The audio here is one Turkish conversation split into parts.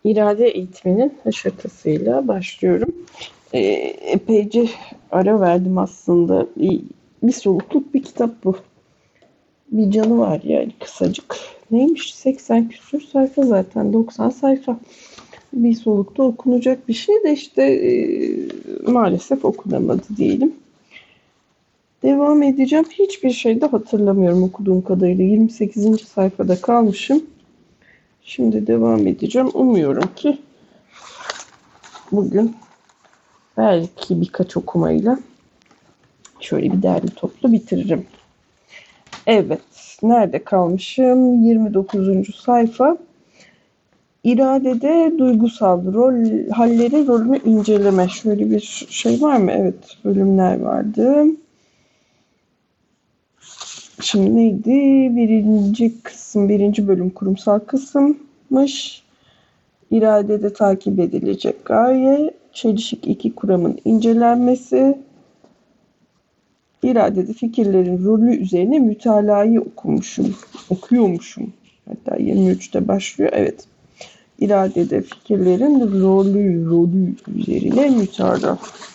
İrade eğitiminin haşatasıyla başlıyorum. Epeyce ara verdim aslında. Bir solukluk bir kitap bu. Bir canı var yani kısacık. Neymiş? 80 küsur sayfa zaten. 90 sayfa. Bir solukta okunacak bir şey de işte maalesef okunamadı diyelim. Devam edeceğim. Hiçbir şey de hatırlamıyorum okuduğum kadarıyla. 28. sayfada kalmışım. Şimdi devam edeceğim. Umuyorum ki bugün belki birkaç okumayla şöyle bir derli toplu bitiririm. Evet, nerede kalmışım? 29. sayfa. İradede duygusal halleri rolünü inceleme. Şöyle bir şey var mı? Evet, bölümler vardı. Şimdi neydi? Birinci bölüm kurumsal kısımmış. İradede takip edilecek gaye, çelişik iki kuramın incelenmesi, iradede fikirlerin rolü üzerine mütalayı okuyormuşum. Hatta 23'te başlıyor. Evet. İradede fikirlerin rolü üzerine mütala.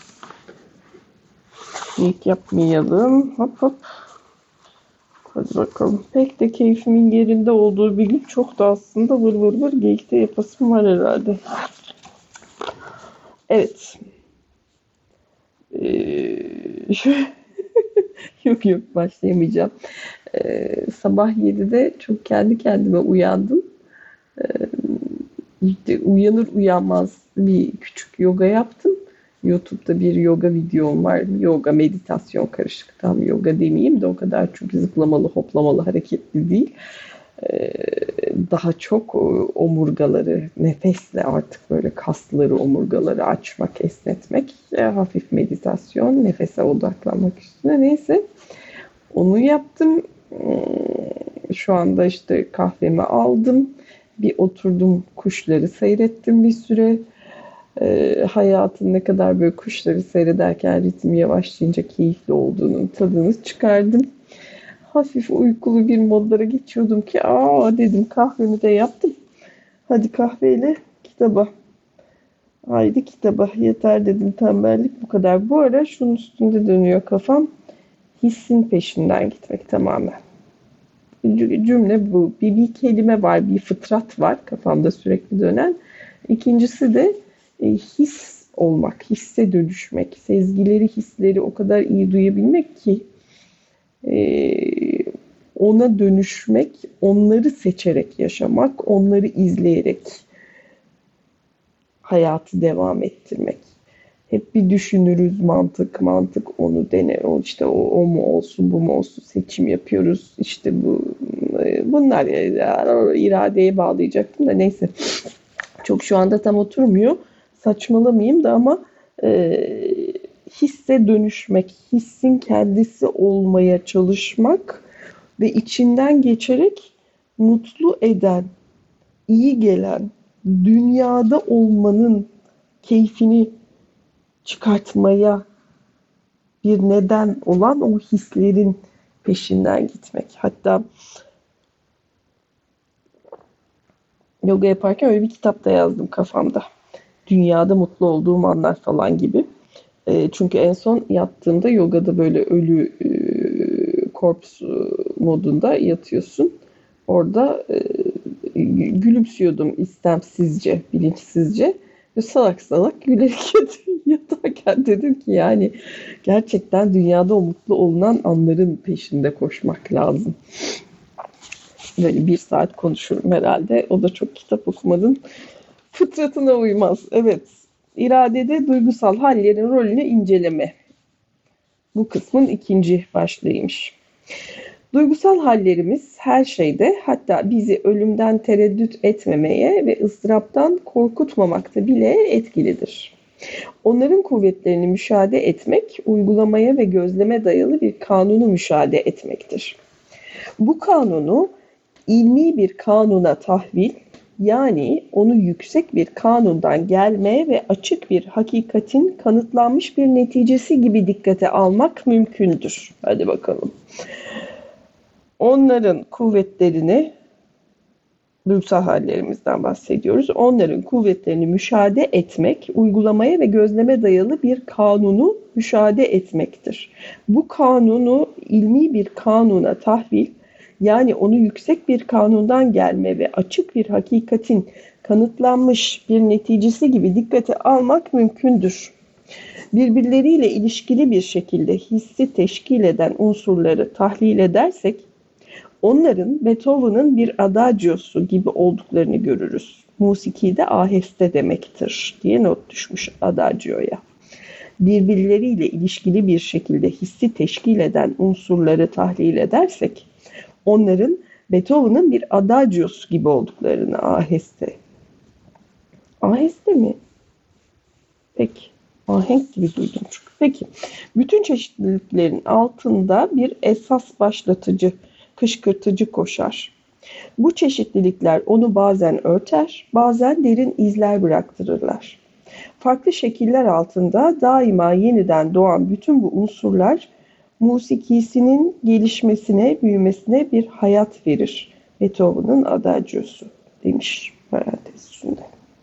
İlk yapmayalım. Hop hop. Hadi bakalım. Pek de keyfimin yerinde olduğu bir gün çok da aslında vır vır vır geyikte yapasım var herhalde. Evet. Yok başlayamayacağım. Sabah 7'de çok kendi kendime uyandım. İşte uyanır uyanmaz bir küçük yoga yaptım. YouTube'da bir yoga videom var. Yoga, meditasyon karışık. Tam yoga demeyeyim de o kadar çok zıplamalı, hoplamalı, hareketli değil. Ee, Daha çok omurgaları, nefesle artık böyle kasları, omurgaları açmak, esnetmek. Hafif meditasyon, nefese odaklanmak üstüne. Neyse. Onu yaptım. Şu anda işte kahvemi aldım. Bir oturdum kuşları seyrettim bir süre. Hayatın ne kadar böyle kuşları seyrederken ritim yavaşlayınca keyifli olduğunun tadını çıkardım. Hafif uykulu bir modlara geçiyordum ki dedim kahvemi de yaptım. Hadi kahveyle kitaba. Haydi kitaba. Yeter dedim tembellik bu kadar. Bu ara şunun üstünde dönüyor kafam. Hissin peşinden gitmek tamamen. Cümle bu. Bir kelime var, bir fıtrat var kafamda sürekli dönen. İkincisi de his olmak, hisse dönüşmek, sezgileri, hisleri o kadar iyi duyabilmek ki e, ona dönüşmek, onları seçerek yaşamak, onları izleyerek hayatı devam ettirmek. Hep bir düşünürüz mantık onu dene o işte o mu olsun bu mu olsun seçim yapıyoruz işte bunlar iradeye bağlayacaktım da neyse çok şu anda tam oturmuyor saçmalamayayım da ama e, hisse dönüşmek hissin kendisi olmaya çalışmak ve içinden geçerek mutlu eden iyi gelen dünyada olmanın keyfini çıkartmaya bir neden olan o hislerin peşinden gitmek. Hatta yoga yaparken öyle bir kitap da yazdım kafamda. Dünyada mutlu olduğum anlar falan gibi. Çünkü en son yattığımda yogada böyle ölü korpus modunda yatıyorsun. Orada gülümsüyordum istemsizce, bilinçsizce. Ve salak salak gülerek yatarken dedim ki yani gerçekten dünyada o mutlu olunan anların peşinde koşmak lazım. Böyle bir saat konuşurum herhalde. O da çok kitap okumadın. Fıtratına uymaz. Evet. İradede duygusal hallerin rolünü inceleme. Bu kısmın ikinci başlığıymış. Duygusal hallerimiz her şeyde, hatta bizi ölümden tereddüt etmemeye ve ıstıraptan korkutmamakta bile etkilidir. Onların kuvvetlerini müşahede etmek, uygulamaya ve gözleme dayalı bir kanunu müşahede etmektir. Bu kanunu ilmi bir kanuna tahvil, yani onu yüksek bir kanundan gelme ve açık bir hakikatin kanıtlanmış bir neticesi gibi dikkate almak mümkündür. Hadi bakalım. Onların kuvvetlerini duygusal hallerimizden bahsediyoruz. Onların kuvvetlerini müşahede etmek, uygulamaya ve gözleme dayalı bir kanunu müşahede etmektir. Bu kanunu ilmi bir kanuna tahvil, yani onu yüksek bir kanundan gelme ve açık bir hakikatin kanıtlanmış bir neticesi gibi dikkate almak mümkündür. Birbirleriyle ilişkili bir şekilde hissi teşkil eden unsurları tahlil edersek, onların Beethoven'ın bir adagiosu gibi olduklarını görürüz. Musikide aheste demektir diye not düşmüş adagio'ya. Birbirleriyle ilişkili bir şekilde hissi teşkil eden unsurları tahlil edersek, onların Beethoven'ın bir adagiosu gibi olduklarını aheste. Aheste mi? Peki. Ahenk gibi duydum çünkü. Peki. Bütün çeşitliliklerin altında bir esas başlatıcı, kışkırtıcı koşar. Bu çeşitlilikler onu bazen örter, bazen derin izler bıraktırırlar. Farklı şekiller altında daima yeniden doğan bütün bu unsurlar musikisinin gelişmesine, büyümesine bir hayat verir. Beethoven'ın adagiosu demiş parantez içinde.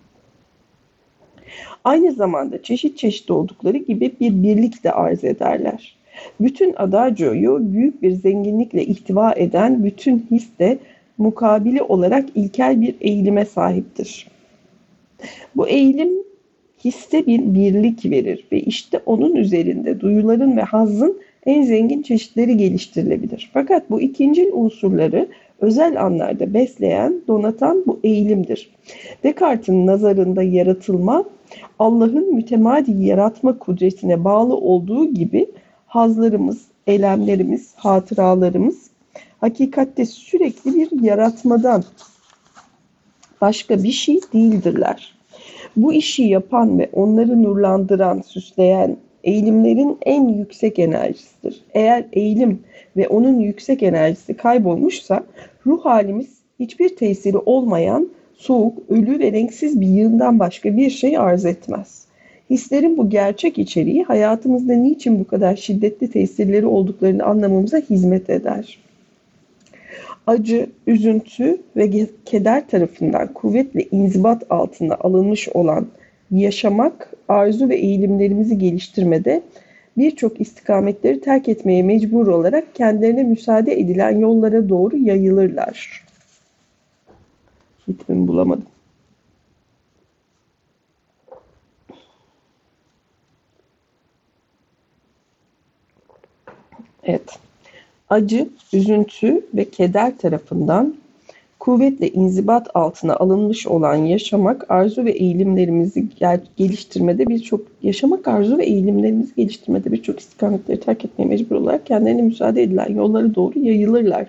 Aynı zamanda çeşit çeşit oldukları gibi bir birlik de arz ederler. Bütün adagio'yu büyük bir zenginlikle ihtiva eden bütün his de mukabili olarak ilkel bir eğilime sahiptir. Bu eğilim hisse bir birlik verir ve işte onun üzerinde duyuların ve hazzın en zengin çeşitleri geliştirilebilir. Fakat bu ikincil unsurları özel anlarda besleyen, donatan bu eğilimdir. Descartes'in nazarında yaratılma, Allah'ın mütemadi yaratma kudretine bağlı olduğu gibi hazlarımız, eylemlerimiz, hatıralarımız hakikatte sürekli bir yaratmadan başka bir şey değildirler. Bu işi yapan ve onları nurlandıran, süsleyen eğilimlerin en yüksek enerjisidir. Eğer eğilim ve onun yüksek enerjisi kaybolmuşsa ruh halimiz hiçbir tesiri olmayan soğuk, ölü ve renksiz bir yığından başka bir şey arz etmez. Hislerin bu gerçek içeriği hayatımızda niçin bu kadar şiddetli tesirleri olduklarını anlamamıza hizmet eder. Acı, üzüntü ve keder tarafından kuvvetle inzibat altına alınmış olan yaşamak, arzu ve eğilimlerimizi geliştirmede birçok istikametleri terk etmeye mecbur olarak kendilerine müsaade edilen yollara doğru yayılırlar. Ritmimi bulamadım. Evet. Acı, üzüntü ve keder tarafından kuvvetle inzibat altına alınmış olan yaşamak, arzu ve eğilimlerimizi geliştirmede birçok istikametleri terk etmeye mecbur olarak kendilerine müsaade edilen yollara doğru yayılırlar.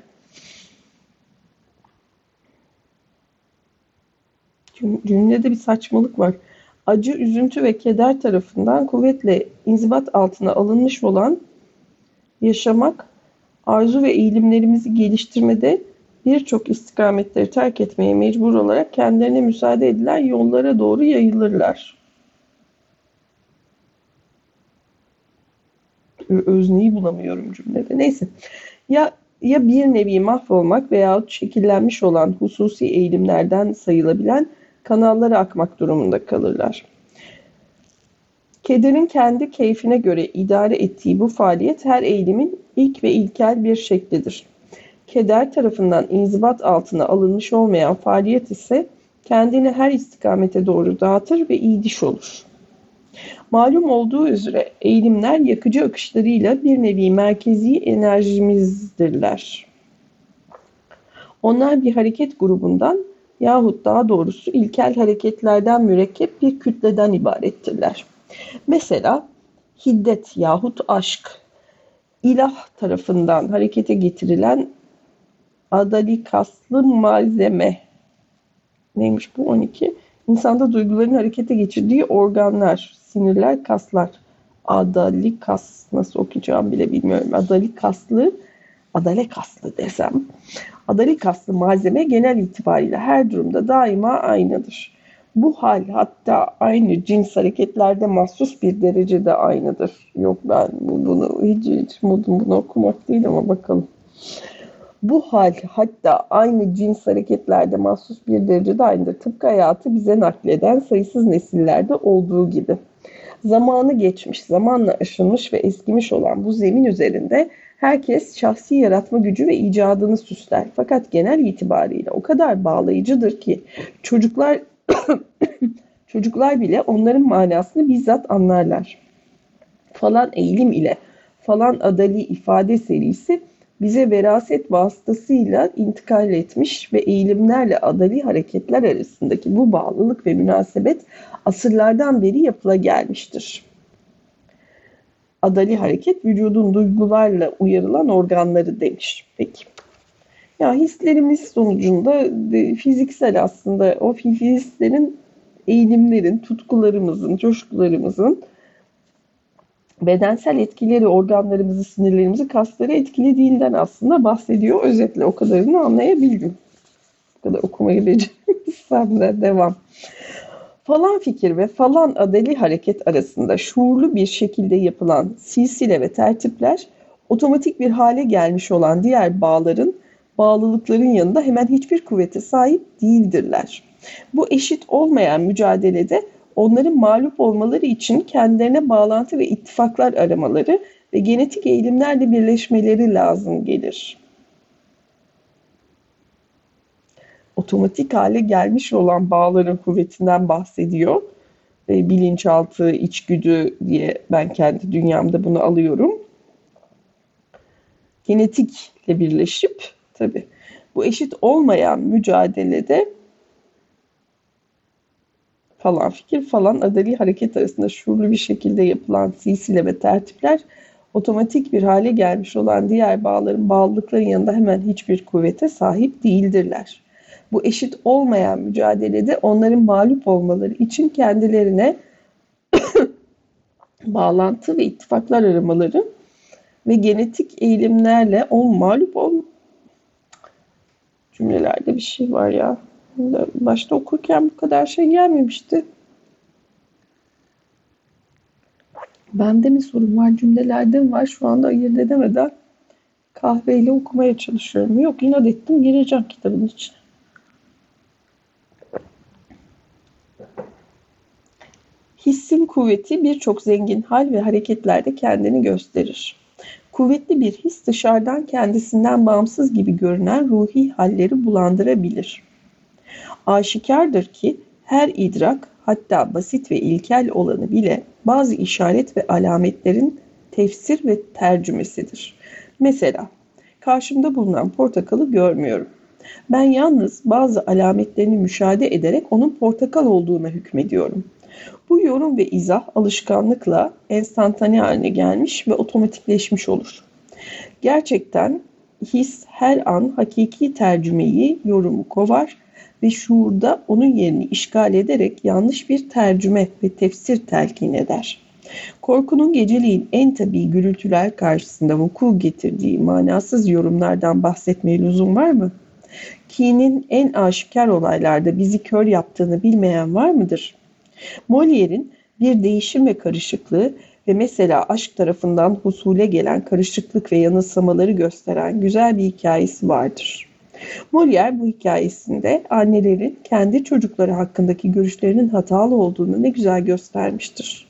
Cümlede bir saçmalık var. Acı, üzüntü ve keder tarafından kuvvetle inzibat altına alınmış olan yaşamak, arzu ve eğilimlerimizi geliştirmede birçok istikametleri terk etmeye mecbur olarak kendilerine müsaade edilen yollara doğru yayılırlar. Özneyi bulamıyorum cümlede. Neyse. Ya bir nevi mahvolmak veyahut şekillenmiş olan hususi eğilimlerden sayılabilen kanallara akmak durumunda kalırlar. Kederin kendi keyfine göre idare ettiği bu faaliyet her eğilimin ilk ve ilkel bir şeklidir. Keder tarafından inzibat altına alınmış olmayan faaliyet ise kendini her istikamete doğru dağıtır ve iyiliş olur. Malum olduğu üzere eğilimler yakıcı akışlarıyla bir nevi merkezi enerjimizdirler. Onlar bir hareket grubundan yahut daha doğrusu ilkel hareketlerden mürekkep bir kütleden ibarettirler. Mesela hiddet yahut aşk, ilah tarafından harekete getirilen adalikaslı malzeme. Neymiş bu? 12. İnsanda duyguların harekete geçirdiği organlar, sinirler, kaslar. Adalikas nasıl okuyacağım bile bilmiyorum. Adalekaslı desem. Adalikaslı malzeme genel itibariyle her durumda daima aynıdır. Bu hal hatta aynı cins hareketlerde mahsus bir derecede aynıdır. Yok ben bunu hiç modum bunu okumak değil ama bakalım. Bu hal hatta aynı cins hareketlerde mahsus bir derecede aynıdır. Tıpkı hayatı bize nakleden sayısız nesillerde olduğu gibi. Zamanı geçmiş, zamanla aşınmış ve eskimiş olan bu zemin üzerinde herkes şahsi yaratma gücü ve icadını süsler. Fakat genel itibariyle o kadar bağlayıcıdır ki çocuklar çocuklar bile onların manasını bizzat anlarlar. Falan eğilim ile falan adali ifade serisi bize veraset vasıtasıyla intikal etmiş ve eğilimlerle adali hareketler arasındaki bu bağlılık ve münasebet asırlardan beri yapıla gelmiştir. Adali hareket vücudun duygularla uyarılan organları demiş. Peki. Ya hislerimiz sonucunda fiziksel aslında o hislerin, eğilimlerin, tutkularımızın, coşkularımızın bedensel etkileri organlarımızı, sinirlerimizi, kasları etkilediğinden aslında bahsediyor. Özetle o kadarını anlayabildim. Bu kadar okumayı beceremezsem de devam. Falan fikir ve falan adeli hareket arasında şuurlu bir şekilde yapılan silsile ve tertipler, otomatik bir hale gelmiş olan diğer bağlılıkların yanında hemen hiçbir kuvvete sahip değildirler. Bu eşit olmayan mücadelede onların mağlup olmaları için kendilerine bağlantı ve ittifaklar aramaları ve genetik eğilimlerle birleşmeleri lazım gelir. Otomatik hale gelmiş olan bağların kuvvetinden bahsediyor. Bilinçaltı, içgüdü diye ben kendi dünyamda bunu alıyorum. Genetikle birleşip tabii bu eşit olmayan mücadelede falan fikir falan adali hareket arasında şuurlu bir şekilde yapılan silsile ve tertipler otomatik bir hale gelmiş olan diğer bağlılıkların yanında hemen hiçbir kuvvete sahip değildirler. Bu eşit olmayan mücadelede onların mağlup olmaları için kendilerine bağlantı ve ittifaklar aramaları ve genetik eğilimlerle cümlelerde bir şey var ya. Başta okurken bu kadar şey gelmemişti. Bende mi sorun var, cümlelerde mi var? Şu anda ayırt edemeden kahveyle okumaya çalışıyorum. Yok, inat ettim, gireceğim kitabın içine. Hissin kuvveti birçok zengin hal ve hareketlerde kendini gösterir. Kuvvetli bir his dışarıdan kendisinden bağımsız gibi görünen ruhi halleri bulandırabilir. Aşikardır ki her idrak, hatta basit ve ilkel olanı bile bazı işaret ve alametlerin tefsir ve tercümesidir. Mesela karşımda bulunan portakalı görmüyorum. Ben yalnız bazı alametlerini müşahede ederek onun portakal olduğuna hükmediyorum. Bu yorum ve izah alışkanlıkla enstantane haline gelmiş ve otomatikleşmiş olur. Gerçekten his her an hakiki tercümeyi, yorumu kovar ve şuurda onun yerini işgal ederek yanlış bir tercüme ve tefsir telkin eder. Korkunun geceliğin en tabii gürültüler karşısında vuku getirdiği manasız yorumlardan bahsetmeye lüzum var mı? Kinin en aşikar olaylarda bizi kör yaptığını bilmeyen var mıdır? Molière'in bir değişim ve karışıklığı ve mesela aşk tarafından husule gelen karışıklık ve yanılsamaları gösteren güzel bir hikayesi vardır. Molière bu hikayesinde annelerin kendi çocukları hakkındaki görüşlerinin hatalı olduğunu ne güzel göstermiştir.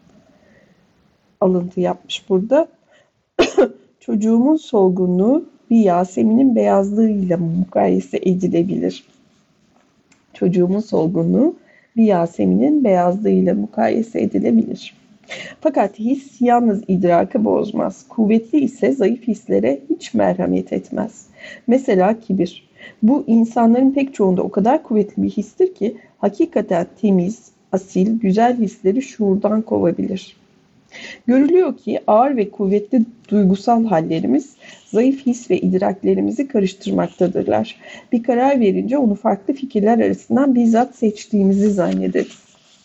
Alıntı yapmış burada. Çocuğumun solgunluğu bir Yasemin'in beyazlığıyla mukayese edilebilir. Çocuğumun solgunluğu bir Yasemin'in beyazlığıyla mukayese edilebilir. Fakat his yalnız idrakı bozmaz. Kuvvetli ise zayıf hislere hiç merhamet etmez. Mesela kibir. Bu insanların pek çoğunda o kadar kuvvetli bir histir ki hakikaten temiz, asil, güzel hisleri şuurdan kovabilir. Görülüyor ki ağır ve kuvvetli duygusal hallerimiz zayıf his ve idraklerimizi karıştırmaktadırlar. Bir karar verince onu farklı fikirler arasından bizzat seçtiğimizi zannederiz.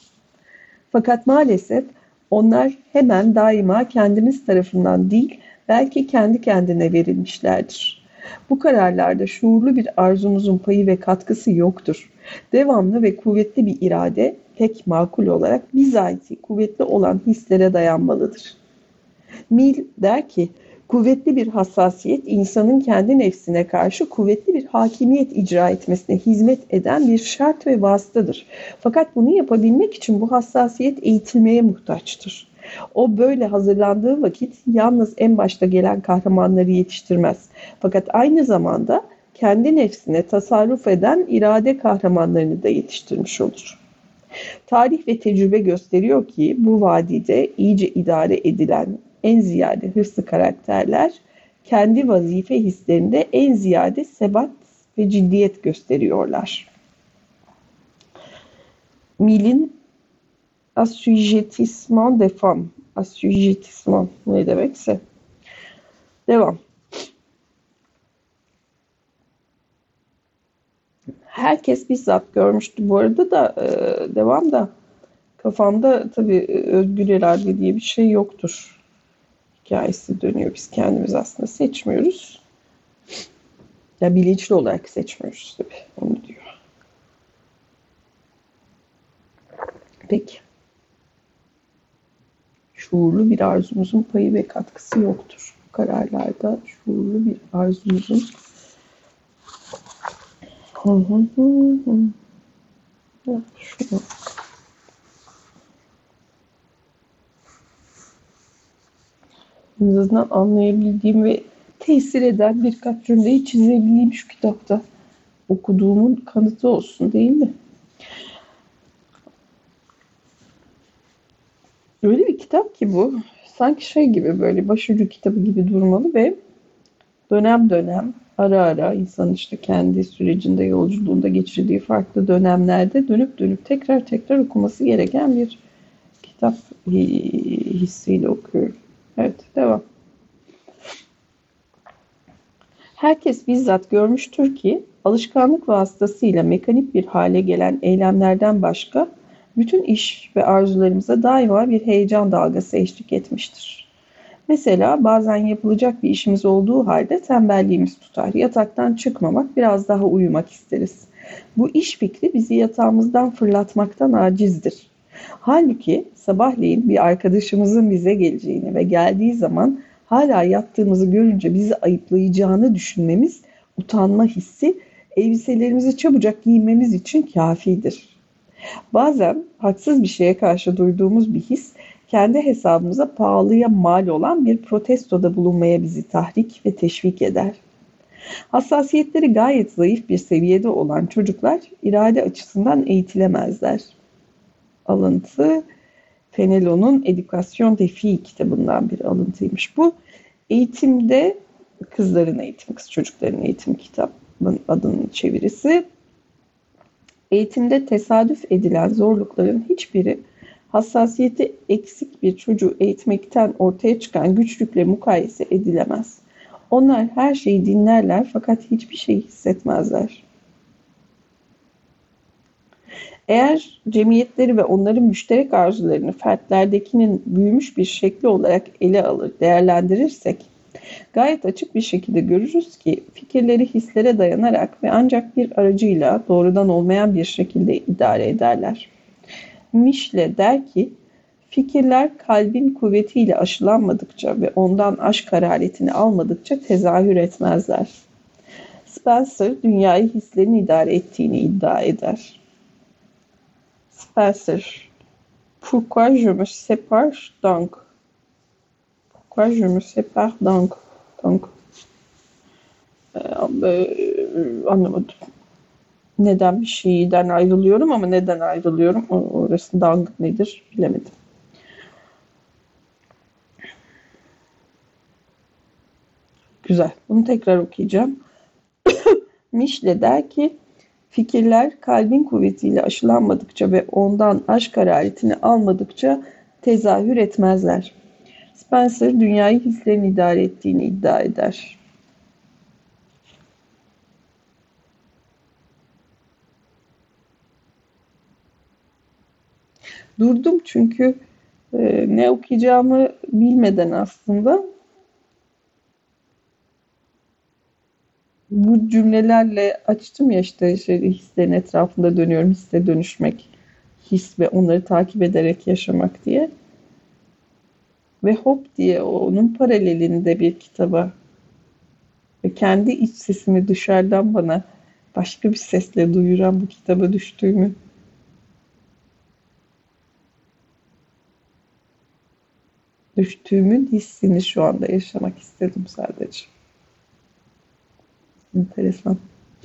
Fakat maalesef onlar hemen daima kendimiz tarafından değil, belki kendi kendine verilmişlerdir. Bu kararlarda şuurlu bir arzumuzun payı ve katkısı yoktur. Devamlı ve kuvvetli bir irade, pek makul olarak bizatihi kuvvetli olan hislere dayanmalıdır. Mill der ki, Kuvvetli bir hassasiyet, insanın kendi nefsine karşı kuvvetli bir hakimiyet icra etmesine hizmet eden bir şart ve vasıtadır. Fakat bunu yapabilmek için bu hassasiyet eğitilmeye muhtaçtır. O böyle hazırlandığı vakit yalnız en başta gelen kahramanları yetiştirmez. Fakat aynı zamanda kendi nefsine tasarruf eden irade kahramanlarını da yetiştirmiş olur. Tarih ve tecrübe gösteriyor ki bu vadide iyice idare edilen en ziyade hırslı karakterler kendi vazife hislerinde en ziyade sebat ve ciddiyet gösteriyorlar. Mill'in Assujettissement des femmes. Assujettissement ne demekse. Devam. Herkes bizzat görmüştü bu arada da devam da kafamda tabii özgür irade diye bir şey yoktur. Hikayesi dönüyor. Biz kendimiz aslında seçmiyoruz. Ya bilinçli olarak seçmiyoruz tabii. Onu diyor. Peki. Şuurlu bir arzumuzun payı ve katkısı yoktur. Bu kararlarda şuurlu bir arzumuzun şunu. En azından anlayabildiğim ve tesir eden birkaç cümleyi çizebileyim şu kitapta. Okuduğumun kanıtı olsun değil mi? Öyle bir kitap ki bu. Sanki şey gibi böyle başucu kitabı gibi durmalı ve dönem dönem ara ara insanın işte kendi sürecinde yolculuğunda geçirdiği farklı dönemlerde dönüp dönüp tekrar tekrar okuması gereken bir kitap hissiyle okuyorum. Evet, devam. Herkes bizzat görmüştür ki alışkanlık vasıtasıyla mekanik bir hale gelen eylemlerden başka bütün iş ve arzularımıza daima bir heyecan dalgası eşlik etmiştir. Mesela bazen yapılacak bir işimiz olduğu halde tembelliğimiz tutar. Yataktan çıkmamak, biraz daha uyumak isteriz. Bu iş fikri bizi yatağımızdan fırlatmaktan acizdir. Halbuki sabahleyin bir arkadaşımızın bize geleceğini ve geldiği zaman hala yattığımızı görünce bizi ayıplayacağını düşünmemiz, utanma hissi elbiselerimizi çabucak giymemiz için kafidir. Bazen haksız bir şeye karşı duyduğumuz bir his, kendi hesabımıza pahalıya mal olan bir protestoda bulunmaya bizi tahrik ve teşvik eder. Hassasiyetleri gayet zayıf bir seviyede olan çocuklar irade açısından eğitilemezler. Alıntı Fenelon'un Education des Filles kitabından bir alıntıymış bu. Eğitimde kızların eğitimi, kız çocukların eğitim kitabının adının çevirisi. Eğitimde tesadüf edilen zorlukların hiçbiri hassasiyeti eksik bir çocuğu eğitmekten ortaya çıkan güçlükle mukayese edilemez. Onlar her şeyi dinlerler fakat hiçbir şey hissetmezler. Eğer cemiyetleri ve onların müşterek arzularını fertlerdekinin büyümüş bir şekli olarak ele alır, değerlendirirsek, gayet açık bir şekilde görürüz ki fikirleri hislere dayanarak ve ancak bir aracıyla doğrudan olmayan bir şekilde idare ederler. Michelet der ki, fikirler kalbin kuvvetiyle aşılanmadıkça ve ondan aşk hararetini almadıkça tezahür etmezler. Spencer, dünyayı hislerin idare ettiğini iddia eder. Spencer, Pourquoi je me sépare donc? Pourquoi je me sépare donc? Anlamadım. Neden bir şeyden ayrılıyorum ama neden ayrılıyorum? Orası dang nedir bilemedim. Güzel. Bunu tekrar okuyacağım. Michelet der ki, fikirler kalbin kuvvetiyle aşılanmadıkça ve ondan aşk hararetini almadıkça tezahür etmezler. Spencer, dünyayı hislerin idare ettiğini iddia eder. Durdum çünkü ne okuyacağımı bilmeden aslında bu cümlelerle açtım ya işte hislerin etrafında dönüyorum, hisse dönüşmek, his ve onları takip ederek yaşamak diye. ve hop diye onun paralelinde bir kitaba ve kendi iç sesimi dışarıdan bana başka bir sesle duyuran bu kitaba düştüğümün hissini şu anda yaşamak istedim sadece. Enteresan.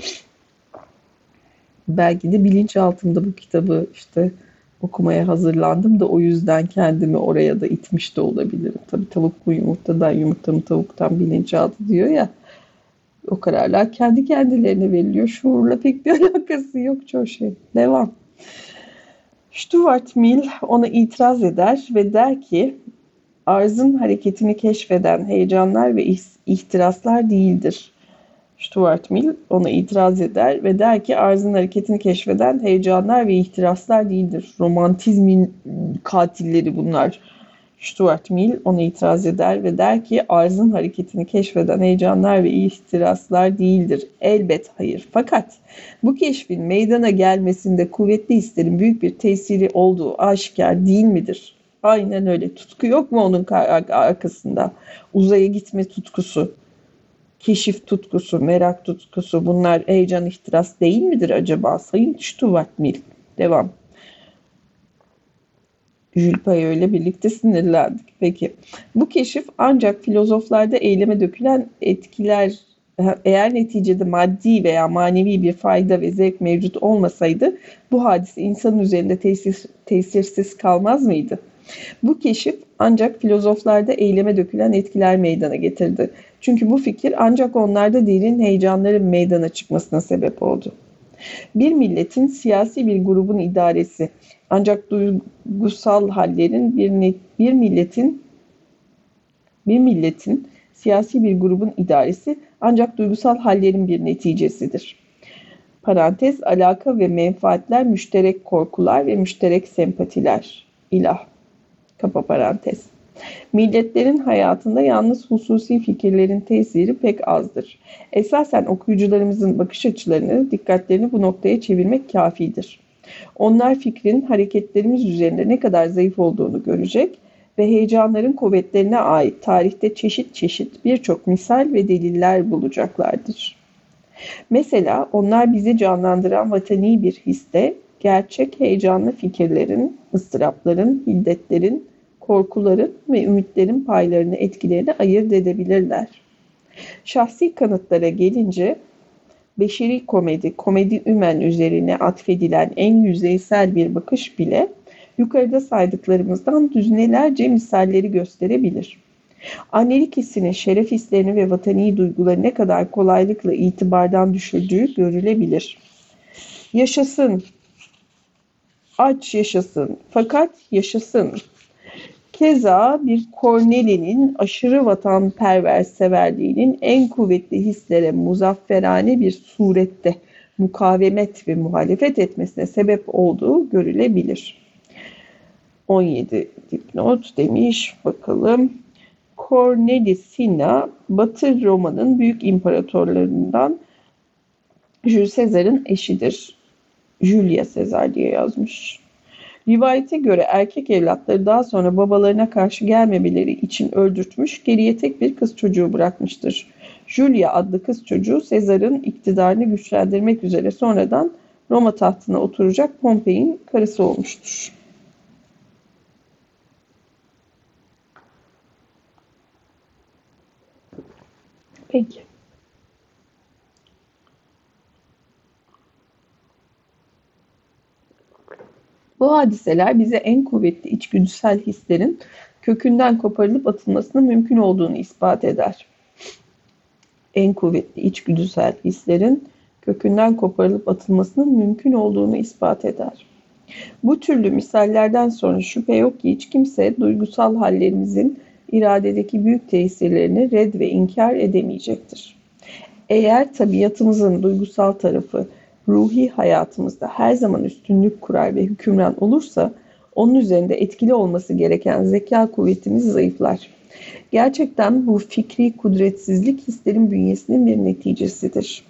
Belki de bilinçaltımda bu kitabı işte okumaya hazırlandım da o yüzden kendimi oraya da itmiş de olabilirim. Tabii tavuk mu yumurtadan, yumurta mı tavuktan bilinçaltı diyor ya. O kararlar kendi kendilerine veriliyor. Şuurla pek bir alakası yok çoğu şey. Devam. Stuart Mill ona itiraz eder ve der ki arzın hareketini keşfeden heyecanlar ve ihtiraslar değildir. Stuart Mill ona itiraz eder ve der ki arzın hareketini keşfeden heyecanlar ve ihtiraslar değildir. Romantizmin katilleri bunlar. Stuart Mill ona itiraz eder ve der ki arzın hareketini keşfeden heyecanlar ve ihtiraslar değildir. Elbet hayır. Fakat bu keşfin meydana gelmesinde kuvvetli hislerin büyük bir tesiri olduğu aşikar değil midir? Aynen öyle. Tutku yok mu onun arkasında? Uzaya gitme tutkusu, keşif tutkusu, merak tutkusu bunlar heyecan ihtiras değil midir acaba? Sayın Stuart Mill. Devam. Jules Payot ile birlikte sinirlendik. Peki. Bu keşif ancak filozoflarda eyleme dökülen etkiler eğer neticede maddi veya manevi bir fayda ve zevk mevcut olmasaydı bu hadise insanın üzerinde tesirsiz kalmaz mıydı? Bu keşif ancak filozoflarda eyleme dökülen etkiler meydana getirdi. Çünkü bu fikir ancak onlarda derin heyecanların meydana çıkmasına sebep oldu. Bir milletin siyasi bir grubun idaresi ancak duygusal hallerin bir milletin siyasi bir grubun idaresi ancak duygusal hallerin bir neticesidir. Parantez alaka ve menfaatler, müşterek korkular ve müşterek sempatiler. İlah. Kapa parantez. Milletlerin hayatında yalnız hususi fikirlerin tesiri pek azdır. Esasen okuyucularımızın bakış açılarını, dikkatlerini bu noktaya çevirmek kafidir. Onlar fikrin hareketlerimiz üzerinde ne kadar zayıf olduğunu görecek ve heyecanların kuvvetlerine ait tarihte çeşit çeşit birçok misal ve deliller bulacaklardır. Mesela onlar bizi canlandıran vatani bir histe, gerçek heyecanlı fikirlerin, ıstırapların, hiddetlerin, korkuların ve ümitlerin paylarını etkilerini ayırt edebilirler. Şahsi kanıtlara gelince, beşeri komedi ümen üzerine atfedilen en yüzeysel bir bakış bile, yukarıda saydıklarımızdan düzinelerce misalleri gösterebilir. Annelik hissinin şeref hislerini ve vatani duyguları ne kadar kolaylıkla itibardan düşürdüğü görülebilir. Yaşasın, aç yaşasın, fakat yaşasın. Keza bir Corneille'nin aşırı vatanperverseverliğinin en kuvvetli hislere muzafferane bir surette mukavemet ve muhalefet etmesine sebep olduğu görülebilir. 17 dipnot demiş bakalım. Cornelis Cinna, Batı Roma'nın büyük imparatorlarından Jules Caesar'ın eşidir. Julia Caesar diye yazmış. Rivayete göre erkek evlatları daha sonra babalarına karşı gelmemeleri için öldürtmüş, geriye tek bir kız çocuğu bırakmıştır. Julia adlı kız çocuğu Sezar'ın iktidarını güçlendirmek üzere sonradan Roma tahtına oturacak Pompei'nin karısı olmuştur. Peki. Bu hadiseler bize en kuvvetli içgüdüsel hislerin kökünden koparılıp atılmasının mümkün olduğunu ispat eder. En kuvvetli içgüdüsel hislerin kökünden koparılıp atılmasının mümkün olduğunu ispat eder. Bu türlü misallerden sonra şüphe yok ki hiç kimse duygusal hallerimizin iradedeki büyük tesirlerini red ve inkar edemeyecektir. Eğer tabiatımızın duygusal tarafı ruhi hayatımızda her zaman üstünlük kurar ve hükümran olursa, onun üzerinde etkili olması gereken zeka kuvvetimiz zayıflar. Gerçekten bu fikri kudretsizlik hislerin bünyesinin bir neticesidir.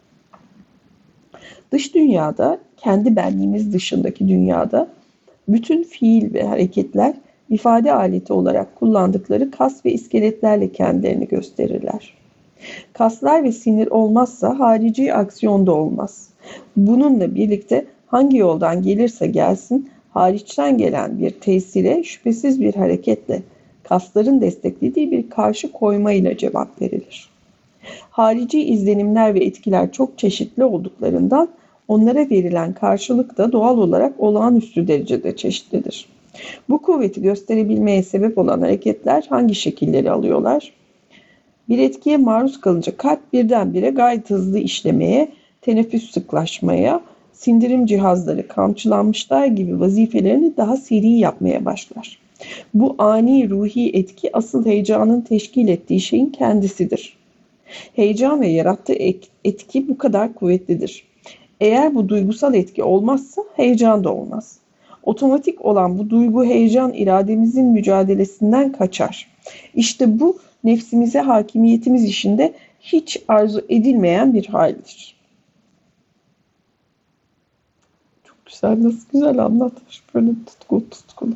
Dış dünyada, kendi benliğimiz dışındaki dünyada bütün fiil ve hareketler ifade aleti olarak kullandıkları kas ve iskeletlerle kendilerini gösterirler. Kaslar ve sinir olmazsa harici aksiyon da olmaz. Bununla birlikte hangi yoldan gelirse gelsin hariçten gelen bir tesire şüphesiz bir hareketle, kasların desteklediği bir karşı koymayla cevap verilir. Harici izlenimler ve etkiler çok çeşitli olduklarından onlara verilen karşılık da doğal olarak olağanüstü derecede çeşitlidir. Bu kuvveti gösterebilmeye sebep olan hareketler hangi şekilleri alıyorlar? Bir etkiye maruz kalınca kalp birdenbire gayet hızlı işlemeye, teneffüs sıklaşmaya, sindirim cihazları kamçılanmışlar gibi vazifelerini daha seri yapmaya başlar. Bu ani ruhi etki asıl heyecanın teşkil ettiği şeyin kendisidir. Heyecan ve yarattığı etki bu kadar kuvvetlidir. Eğer bu duygusal etki olmazsa heyecan da olmaz. Otomatik olan bu duygu heyecan irademizin mücadelesinden kaçar. İşte bu nefsimize hakimiyetimiz işinde hiç arzu edilmeyen bir haldir. Çok güzel, nasıl güzel anlatmış, böyle tutkulu.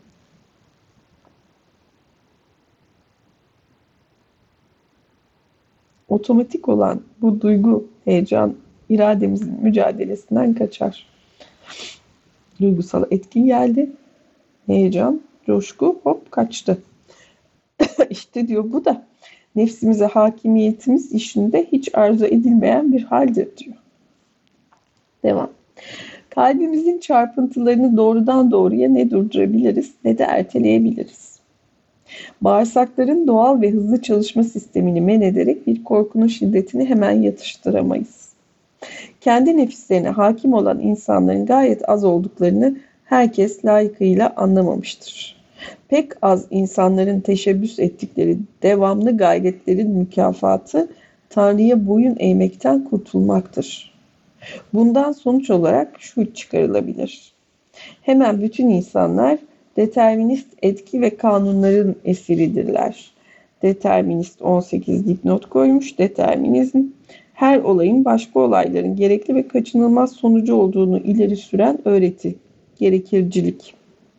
Otomatik olan bu duygu, heyecan, irademizin mücadelesinden kaçar. Duygusal etki geldi, heyecan, coşku hop kaçtı. İşte diyor bu da nefsimize hakimiyetimiz işinde hiç arzu edilmeyen bir haldir diyor. Devam. Kalbimizin çarpıntılarını doğrudan doğruya ne durdurabiliriz ne de erteleyebiliriz. Bağırsakların doğal ve hızlı çalışma sistemini men ederek bir korkunun şiddetini hemen yatıştıramayız. Kendi nefislerine hakim olan insanların gayet az olduklarını herkes layıkıyla anlamamıştır. Pek az insanların teşebbüs ettikleri devamlı gayretlerin mükafatı Tanrı'ya boyun eğmekten kurtulmaktır. Bundan sonuç olarak şu çıkarılabilir. Hemen bütün insanlar determinist etki ve kanunların esiridirler. Determinist 18 dipnot koymuş. Determinizm her olayın başka olayların gerekli ve kaçınılmaz sonucu olduğunu ileri süren öğreti. Gerekircilik.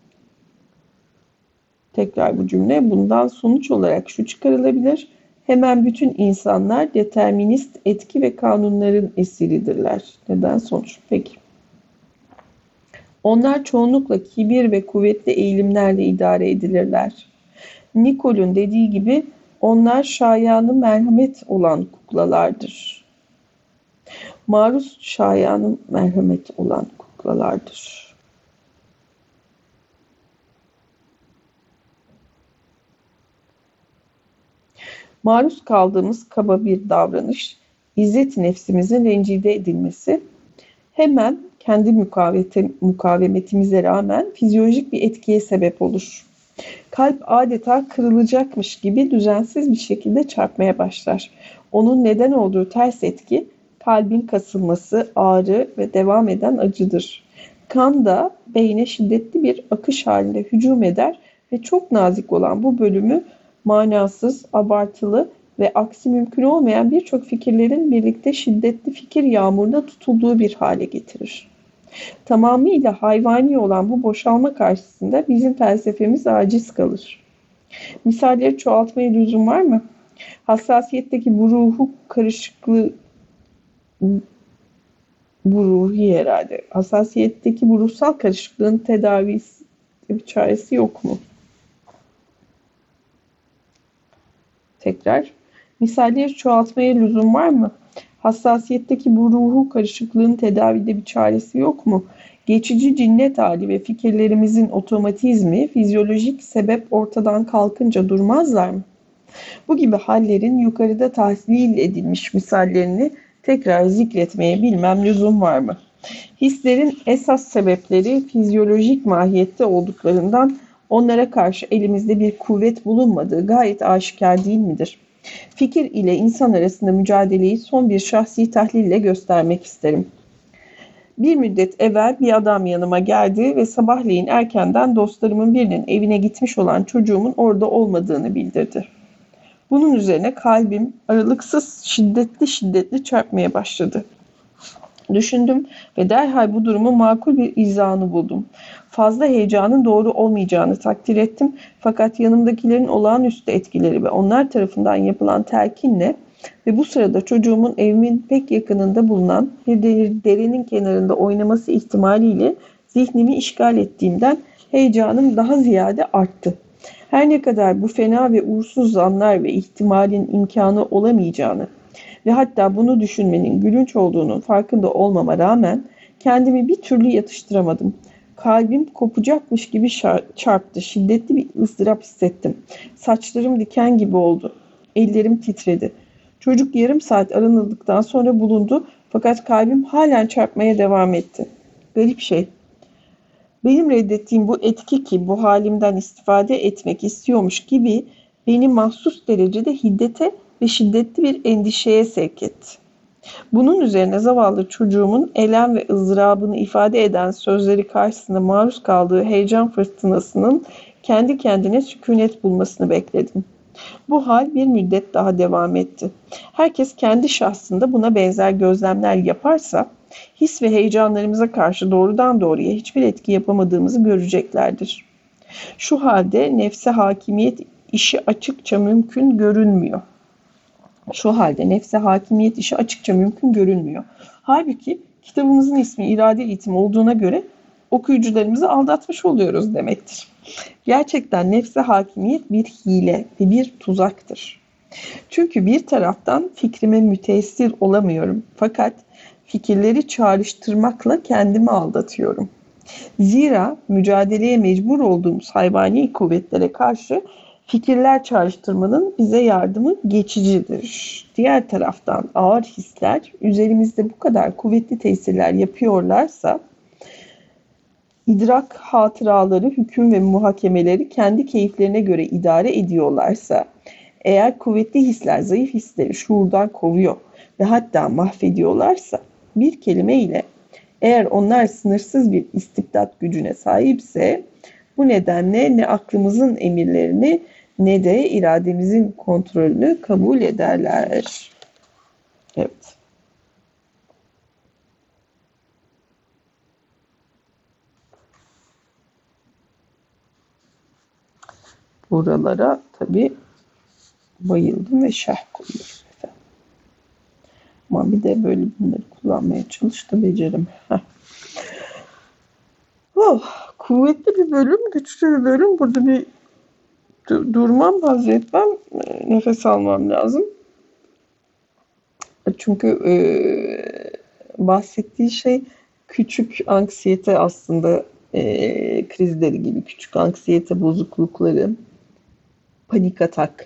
Tekrar bu cümle. Bundan sonuç olarak şu çıkarılabilir. Hemen bütün insanlar determinist etki ve kanunların esiridirler. Neden sonuç? Peki. Onlar çoğunlukla kibir ve kuvvetli eğilimlerle idare edilirler. Nicole'un dediği gibi onlar şayanı merhamet olan kuklalardır. Maruz şayanı merhamet olan kuklalardır. Maruz kaldığımız kaba bir davranış, izzet-i nefsimizin rencide edilmesi, hemen kendi mukavemetimize rağmen fizyolojik bir etkiye sebep olur. Kalp adeta kırılacakmış gibi düzensiz bir şekilde çarpmaya başlar. Onun neden olduğu ters etki, kalbin kasılması, ağrı ve devam eden acıdır. Kan da beyne şiddetli bir akış halinde hücum eder ve çok nazik olan bu bölümü manasız, abartılı ve aksi mümkün olmayan birçok fikirlerin birlikte şiddetli fikir yağmuruna tutulduğu bir hale getirir. Tamamıyla hayvani olan bu boşalma karşısında bizim felsefemiz aciz kalır. Misalleri çoğaltmaya lüzum var mı? Hassasiyetteki bu ruhu karışıklığı, bu ruhi herhalde. Hassasiyetteki bu ruhsal karışıklığın tedavisi, bir çaresi yok mu? Tekrar. Misalleri çoğaltmaya lüzum var mı? Hassasiyetteki bu ruhu karışıklığın tedavide bir çaresi yok mu? Geçici cinnet hali ve fikirlerimizin otomatizmi, fizyolojik sebep ortadan kalkınca durmazlar mı? Bu gibi hallerin yukarıda tahlil edilmiş misallerini tekrar zikretmeye bilmem lüzum var mı? Hislerin esas sebepleri fizyolojik mahiyette olduklarından onlara karşı elimizde bir kuvvet bulunmadığı gayet aşikar değil midir? Fikir ile insan arasında mücadeleyi son bir şahsi tahlille göstermek isterim. Bir müddet evvel bir adam yanıma geldi ve sabahleyin erkenden dostlarımın birinin evine gitmiş olan çocuğumun orada olmadığını bildirdi. Bunun üzerine kalbim aralıksız şiddetli çarpmaya başladı. Düşündüm ve derhal bu durumu makul bir izahını buldum. Fazla heyecanın doğru olmayacağını takdir ettim. Fakat yanımdakilerin olağanüstü etkileri ve onlar tarafından yapılan telkinle ve bu sırada çocuğumun evimin pek yakınında bulunan bir derenin kenarında oynaması ihtimaliyle zihnimi işgal ettiğimden heyecanım daha ziyade arttı. Her ne kadar bu fena ve uğursuz zanlar ve ihtimalin imkanı olamayacağını ve hatta bunu düşünmenin gülünç olduğunun farkında olmama rağmen kendimi bir türlü yatıştıramadım. Kalbim kopacakmış gibi çarptı. Şiddetli bir ızdırap hissettim. Saçlarım diken gibi oldu. Ellerim titredi. Çocuk yarım saat aranıldıktan sonra bulundu fakat kalbim halen çarpmaya devam etti. Garip şey. Benim reddettiğim bu etki ki bu halimden istifade etmek istiyormuş gibi beni mahsus derecede hiddete ve şiddetli bir endişeye sevk etti. Bunun üzerine zavallı çocuğumun elem ve ızdırabını ifade eden sözleri karşısında maruz kaldığı heyecan fırtınasının kendi kendine sükunet bulmasını bekledim. Bu hal bir müddet daha devam etti. Herkes kendi şahsında buna benzer gözlemler yaparsa, his ve heyecanlarımıza karşı doğrudan doğruya hiçbir etki yapamadığımızı göreceklerdir. Şu halde nefse hakimiyet işi açıkça mümkün görünmüyor. Halbuki kitabımızın ismi irade eğitimi olduğuna göre okuyucularımızı aldatmış oluyoruz demektir. Gerçekten nefse hakimiyet bir hile ve bir tuzaktır. Çünkü bir taraftan fikrime müteessir olamıyorum. Fakat fikirleri çağrıştırmakla kendimi aldatıyorum. Zira mücadeleye mecbur olduğumuz hayvani kuvvetlere karşı fikirler çağrıştırmanın bize yardımı geçicidir. Diğer taraftan ağır hisler üzerimizde bu kadar kuvvetli tesirler yapıyorlarsa, idrak hatıraları, hüküm ve muhakemeleri kendi keyiflerine göre idare ediyorlarsa, eğer kuvvetli hisler zayıf hisleri şuurdan kovuyor ve hatta mahvediyorlarsa, bir kelimeyle eğer onlar sınırsız bir istibdat gücüne sahipse, bu nedenle ne aklımızın emirlerini ne de irademizin kontrolünü kabul ederler. Evet. Buralara tabii bayıldım ve şerh koyuyorum efendim. Ama bir de böyle bunları kullanmaya çalış da becerim. Oh, kuvvetli bir bölüm, güçlü bir bölüm. Burada bir durmam, vaziyetmem, nefes almam lazım. Çünkü bahsettiği şey küçük anksiyete aslında, krizleri gibi küçük anksiyete bozuklukları, panik atak.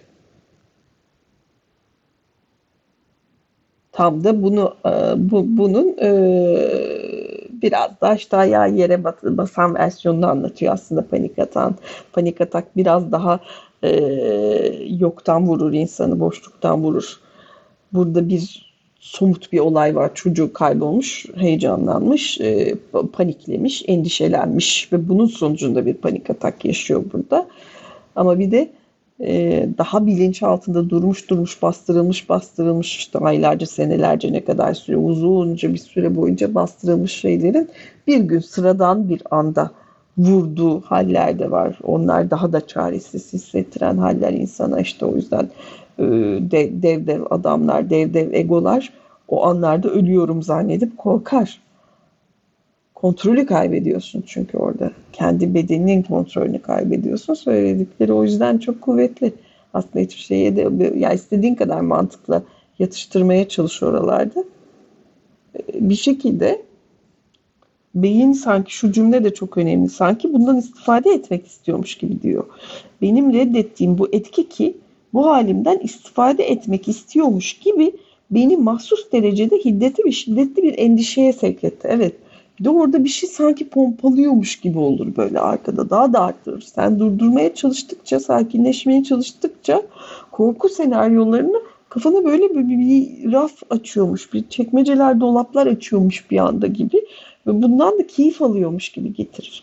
Tam da bunun biraz daha işte ayağı yere basan versiyonunu anlatıyor aslında panik atan. Panik atak biraz daha yoktan vurur insanı, boşluktan vurur. Burada bir somut bir olay var. Çocuğu kaybolmuş, heyecanlanmış, paniklemiş, endişelenmiş ve bunun sonucunda bir panik atak yaşıyor burada. Ama bir de daha bilinç altında durmuş bastırılmış işte aylarca senelerce ne kadar süre uzunca bir süre boyunca bastırılmış şeylerin bir gün sıradan bir anda vurduğu haller de var. Onlar daha da çaresiz hissettiren haller insana, işte o yüzden dev adamlar, dev egolar o anlarda ölüyorum zannedip korkar. Kontrolü kaybediyorsun çünkü orada. Kendi bedeninin kontrolünü kaybediyorsun. Söyledikleri o yüzden çok kuvvetli. Aslında hiçbir şeye de ya istediğin kadar mantıkla yatıştırmaya çalış oralarda. Bir şekilde beyin sanki şu cümle de çok önemli. Sanki bundan istifade etmek istiyormuş gibi diyor. Benim reddettiğim bu etki ki bu halimden istifade etmek istiyormuş gibi beni mahsus derecede hiddetli ve şiddetli bir endişeye sevk etti. Evet. Bir de orada bir şey sanki pompalıyormuş gibi olur böyle arkada. Daha da arttırır. Sen durdurmaya çalıştıkça, sakinleşmeye çalıştıkça korku senaryolarını kafana böyle bir raf açıyormuş, bir çekmeceler, dolaplar açıyormuş bir anda gibi ve bundan da keyif alıyormuş gibi getirir.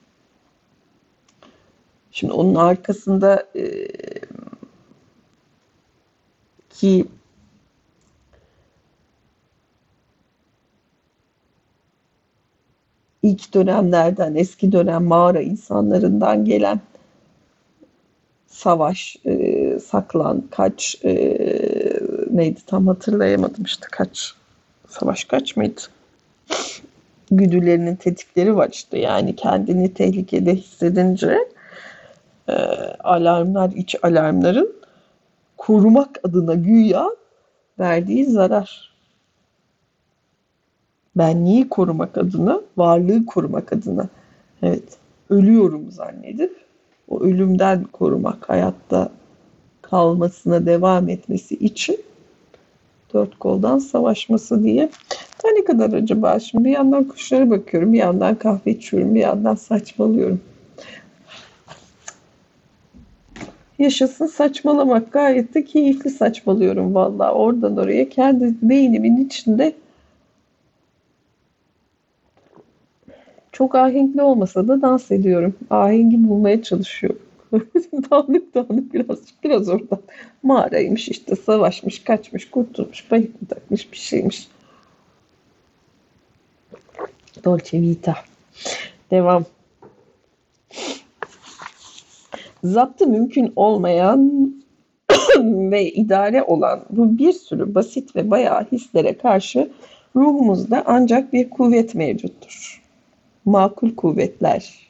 Şimdi onun arkasında ki ilk dönemlerden, eski dönem mağara insanlarından gelen savaş, saklan, kaç, neydi tam hatırlayamadım işte kaç, savaş kaç mıydı? Güdülerinin tetikleri var işte yani kendini tehlikede hissedince e, alarmlar, iç alarmların korumak adına güya verdiği zarar. Benliği korumak adına, varlığı korumak adına. Evet, ölüyorum zannedip o ölümden korumak, hayatta kalmasına devam etmesi için dört koldan savaşması diye. Daha ne kadar acaba? Şimdi bir yandan kuşlara bakıyorum, bir yandan kahve içiyorum, bir yandan saçmalıyorum. Yaşasın saçmalamak, gayet de keyifli saçmalıyorum vallahi. Oradan oraya kendi beynimin içinde çok ahenkli olmasa da dans ediyorum. Ahengi bulmaya çalışıyorum. Dağınık dağınık birazcık biraz oradan. Mağaraymış işte, savaşmış, kaçmış, kurtulmuş, bayık takmış bir şeymiş. Dolce Vita. Devam. Zaptı mümkün olmayan ve idare olan bu bir sürü basit ve bayağı hislere karşı ruhumuzda ancak bir kuvvet mevcuttur. Makul kuvvetler.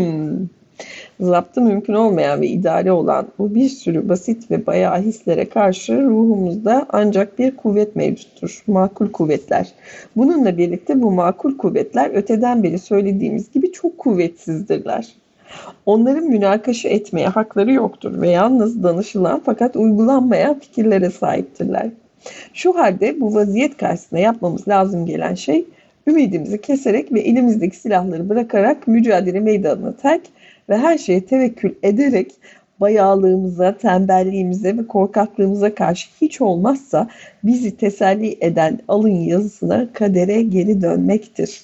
Zaptı mümkün olmayan ve idare olan bu bir sürü basit ve bayağı hislere karşı ruhumuzda ancak bir kuvvet mevcuttur. Makul kuvvetler. Bununla birlikte bu makul kuvvetler öteden beri söylediğimiz gibi çok kuvvetsizdirler. Onların münakaşa etmeye hakları yoktur ve yalnız danışılan fakat uygulanmayan fikirlere sahiptirler. Şu halde bu vaziyet karşısında yapmamız lazım gelen şey, ümidimizi keserek ve elimizdeki silahları bırakarak mücadele meydanına terk ve her şeye tevekkül ederek bayağılığımıza, tembelliğimize ve korkaklığımıza karşı hiç olmazsa bizi teselli eden alın yazısına, kadere geri dönmektir.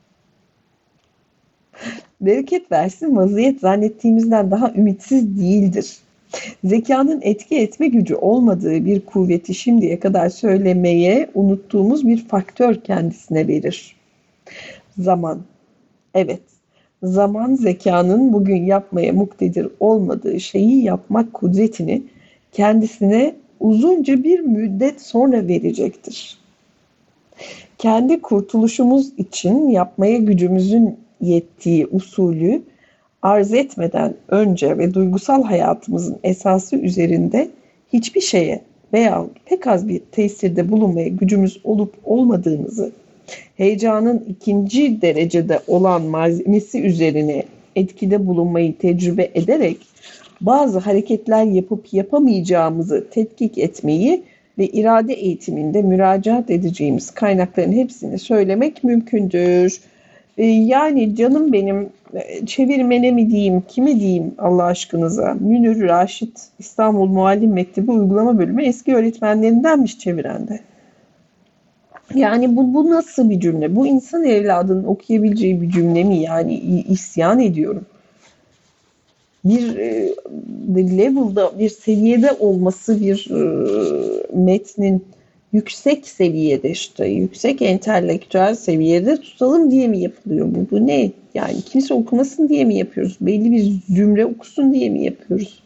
Bereket versin, vaziyet zannettiğimizden daha ümitsiz değildir. Zekanın etki etme gücü olmadığı bir kuvveti şimdiye kadar söylemeye unuttuğumuz bir faktör kendisine verir. Zaman. Evet, zaman zekanın bugün yapmaya muktedir olmadığı şeyi yapmak kudretini kendisine uzunca bir müddet sonra verecektir. Kendi kurtuluşumuz için yapmaya gücümüzün yettiği usulü arz etmeden önce ve duygusal hayatımızın esası üzerinde hiçbir şeye veya pek az bir tesirde bulunmaya gücümüz olup olmadığımızı, heyecanın ikinci derecede olan malzemesi üzerine etkide bulunmayı tecrübe ederek bazı hareketler yapıp yapamayacağımızı tetkik etmeyi ve irade eğitiminde müracaat edeceğimiz kaynakların hepsini söylemek mümkündür. Yani canım benim, çevirmene mi diyeyim, kimi diyeyim Allah aşkınıza? Münir Raşit İstanbul Muallim Mektebi Uygulama Bölümü eski öğretmenlerindenmiş çevirende. Yani bu nasıl bir cümle? Bu insan evladının okuyabileceği bir cümle mi? Yani isyan ediyorum. Bir level'da, bir seviyede olması bir metnin yüksek seviyede işte, yüksek entelektüel seviyede tutalım diye mi yapılıyor bu? Bu ne? Yani kimse okumasın diye mi yapıyoruz? Belli bir zümre okusun diye mi yapıyoruz?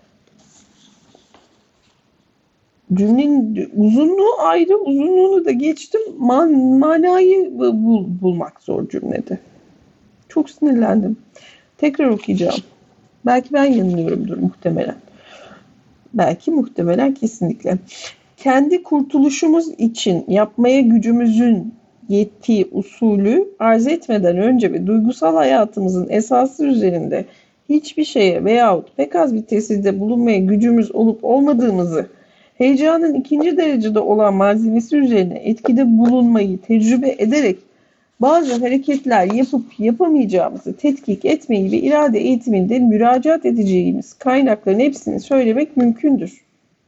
Cümlenin uzunluğu ayrı, uzunluğunu da geçtim. Manayı bulmak zor cümlede. Çok sinirlendim. Tekrar okuyacağım. Belki ben yanılıyorumdur muhtemelen. Belki muhtemelen kesinlikle. Kendi kurtuluşumuz için yapmaya gücümüzün yettiği usulü arz etmeden önce ve duygusal hayatımızın esası üzerinde hiçbir şeye veyahut pek az bir tesirde bulunmaya gücümüz olup olmadığımızı, heyecanın ikinci derecede olan malzemesi üzerine etkide bulunmayı tecrübe ederek bazı hareketler yapıp yapamayacağımızı tetkik etmeyi ve irade eğitiminde müracaat edeceğimiz kaynakların hepsini söylemek mümkündür.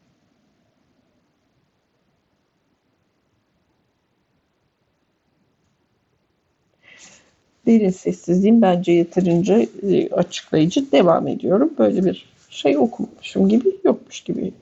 Derin sessizliğim bence yeterince açıklayıcı. Devam ediyorum. Böyle bir şey okumamışım gibi, yokmuş gibi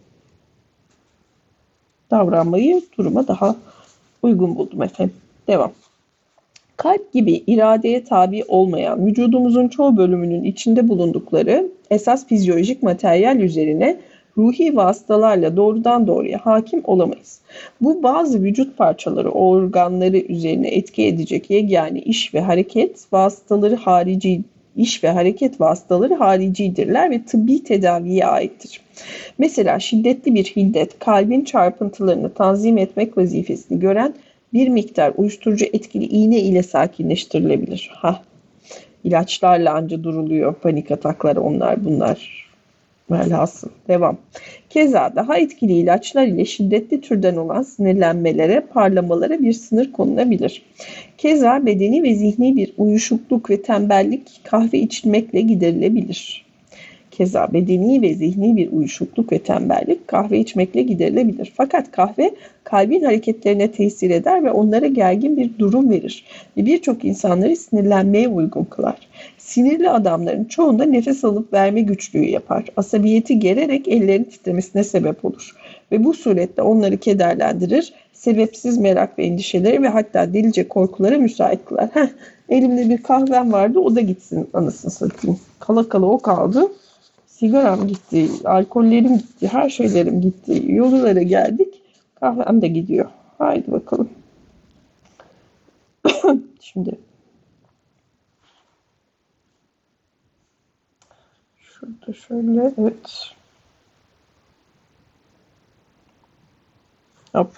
davranmayı duruma daha uygun buldum efendim. Devam. Kalp gibi iradeye tabi olmayan vücudumuzun çoğu bölümünün içinde bulundukları esas fizyolojik materyal üzerine ruhi vasıtalarla doğrudan doğruya hakim olamayız. Bu bazı vücut parçaları, organları üzerine etki edecek yegane iş ve hareket vasıtaları haricidirler ve tıbbi tedaviye aittir. Mesela şiddetli bir hiddet, kalbin çarpıntılarını tanzim etmek vazifesini gören bir miktar uyuşturucu etkili iğne ile sakinleştirilebilir. İlaçlarla anca duruluyor panik atakları, onlar bunlar. Velhasıl devam. Keza daha etkili ilaçlar ile şiddetli türden olan sinirlenmelere, parlamalara bir sınır konulabilir. Keza bedeni ve zihni bir uyuşukluk ve tembellik kahve içilmekle giderilebilir. Keza bedeni ve zihni bir uyuşukluk ve tembellik kahve içmekle giderilebilir. Fakat kahve kalbin hareketlerine tesir eder ve onlara gergin bir durum verir. Ve birçok insanları sinirlenmeye uygun kılar. Sinirli adamların çoğunda nefes alıp verme güçlüğü yapar. Asabiyeti gererek ellerin titremesine sebep olur. Ve bu suretle onları kederlendirir. Sebepsiz merak ve endişeleri ve hatta delice korkulara müsait kılar. Elimde bir kahvem vardı, o da gitsin anasını satayım. Kala kala o kaldı. Sigaram gitti, alkollerim gitti, her şeylerim gitti. Yollara geldik. Kahvem de gidiyor. Haydi bakalım. Şimdi şurada şöyle, evet. Hop.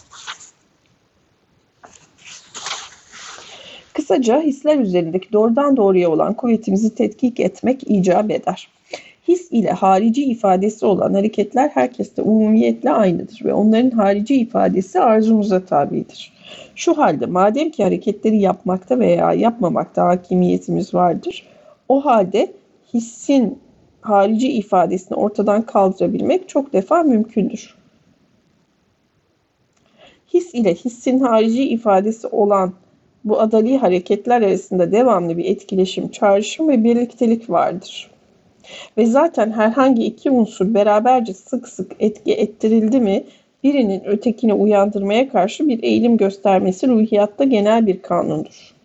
Kısaca hisler üzerindeki doğrudan doğruya olan kuvvetimizi tetkik etmek icap eder. His ile harici ifadesi olan hareketler herkeste umumiyetle aynıdır ve onların harici ifadesi arzumuza tabidir. Şu halde madem ki hareketleri yapmakta veya yapmamakta hakimiyetimiz vardır, o halde hissin harici ifadesini ortadan kaldırabilmek çok defa mümkündür. His ile hissin harici ifadesi olan bu adali hareketler arasında devamlı bir etkileşim, çağrışım ve birliktelik vardır. Ve zaten herhangi iki unsur beraberce sık sık etki ettirildi mi, birinin ötekini uyandırmaya karşı bir eğilim göstermesi ruhiyatta genel bir kanundur.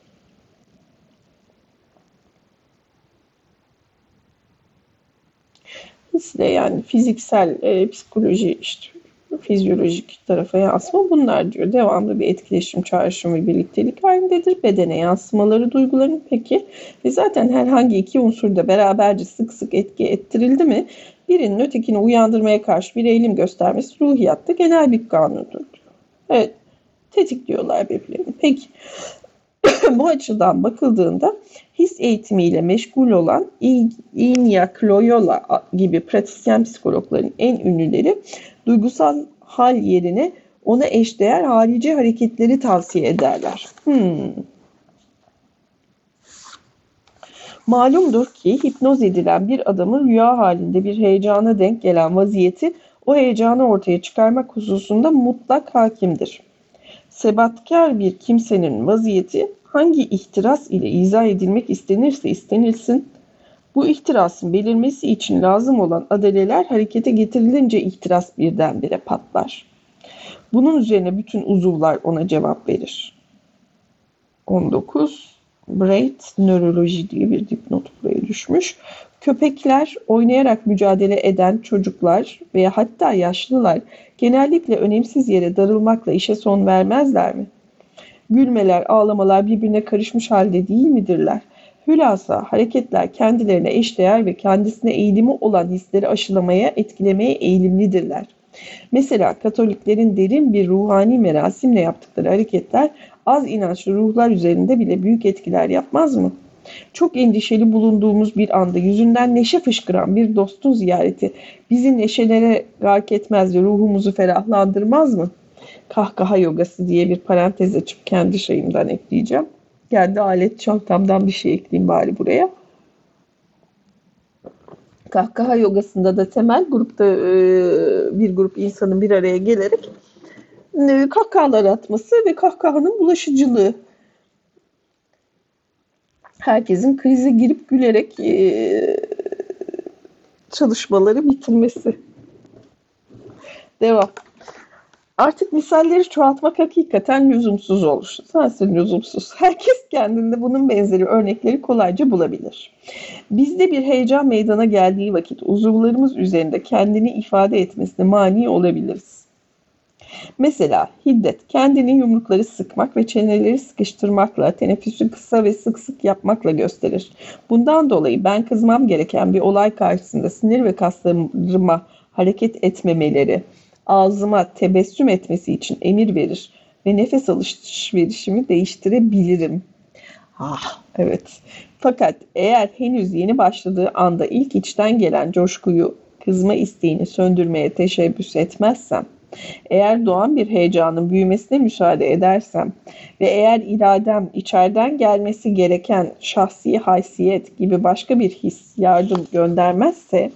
Hisle yani fiziksel, psikoloji, işte fizyolojik tarafa yansıma bunlar diyor. Devamlı bir etkileşim, çağrışım ve birliktelik halindedir. Bedene yansımaları duyguların peki. Ve zaten herhangi iki unsur da beraberce sık sık etki ettirildi mi, birinin ötekini uyandırmaya karşı bir eğilim göstermesi ruhiyatta genel bir kanundur diyor. Evet, tetikliyorlar birbirlerini. Peki, bu açıdan bakıldığında his eğitimiyle meşgul olan Ignacio Loyola gibi pratisyen psikologların en ünlüleri duygusal hal yerine ona eşdeğer harici hareketleri tavsiye ederler. Malumdur ki hipnoz edilen bir adamın rüya halinde bir heyecana denk gelen vaziyeti o heyecanı ortaya çıkarmak hususunda mutlak hakimdir. Sebatkar bir kimsenin vaziyeti hangi ihtiras ile izah edilmek istenirse istenilsin, bu ihtirasın belirmesi için lazım olan adaleler harekete getirilince ihtiras birdenbire patlar. Bunun üzerine bütün uzuvlar ona cevap verir. 19. Braid nöroloji diye bir dipnot buraya düşmüş. Köpekler, oynayarak mücadele eden çocuklar veya hatta yaşlılar genellikle önemsiz yere darılmakla işe son vermezler mi? Gülmeler, ağlamalar birbirine karışmış halde değil midirler? Hülasa hareketler kendilerine eşdeğer ve kendisine eğilimi olan hisleri aşılamaya, etkilemeye eğilimlidirler. Mesela Katoliklerin derin bir ruhani merasimle yaptıkları hareketler az inançlı ruhlar üzerinde bile büyük etkiler yapmaz mı? Çok endişeli bulunduğumuz bir anda yüzünden neşe fışkıran bir dostun ziyareti bizi neşelere gark etmez ve ruhumuzu ferahlandırmaz mı? Kahkaha yogası diye bir parantez açıp kendi şeyimden ekleyeceğim. Kendi alet çantamdan bir şey ekleyeyim bari buraya. Kahkaha yogasında da temel grupta bir grup insanın bir araya gelerek kahkahalar atması ve kahkahanın bulaşıcılığı. Herkesin krize girip gülerek çalışmaları bitirmesi. Devam. Artık misalleri çoğaltmak hakikaten lüzumsuz olur. Sensin lüzumsuz. Herkes kendinde bunun benzeri örnekleri kolayca bulabilir. Bizde bir heyecan meydana geldiği vakit uzuvlarımız üzerinde kendini ifade etmesine mani olabiliriz. Mesela hiddet, kendini yumrukları sıkmak ve çeneleri sıkıştırmakla, teneffüsü kısa ve sık sık yapmakla gösterir. Bundan dolayı ben kızmam gereken bir olay karşısında sinir ve kaslarıma hareket etmemeleri, ağzıma tebessüm etmesi için emir verir ve nefes alışverişimi değiştirebilirim. Ah, evet. Fakat eğer henüz yeni başladığı anda ilk içten gelen coşkuyu, kızma isteğini söndürmeye teşebbüs etmezsem, eğer doğan bir heyecanın büyümesine müsaade edersem ve eğer iradem içeriden gelmesi gereken şahsi haysiyet gibi başka bir his yardım göndermezse,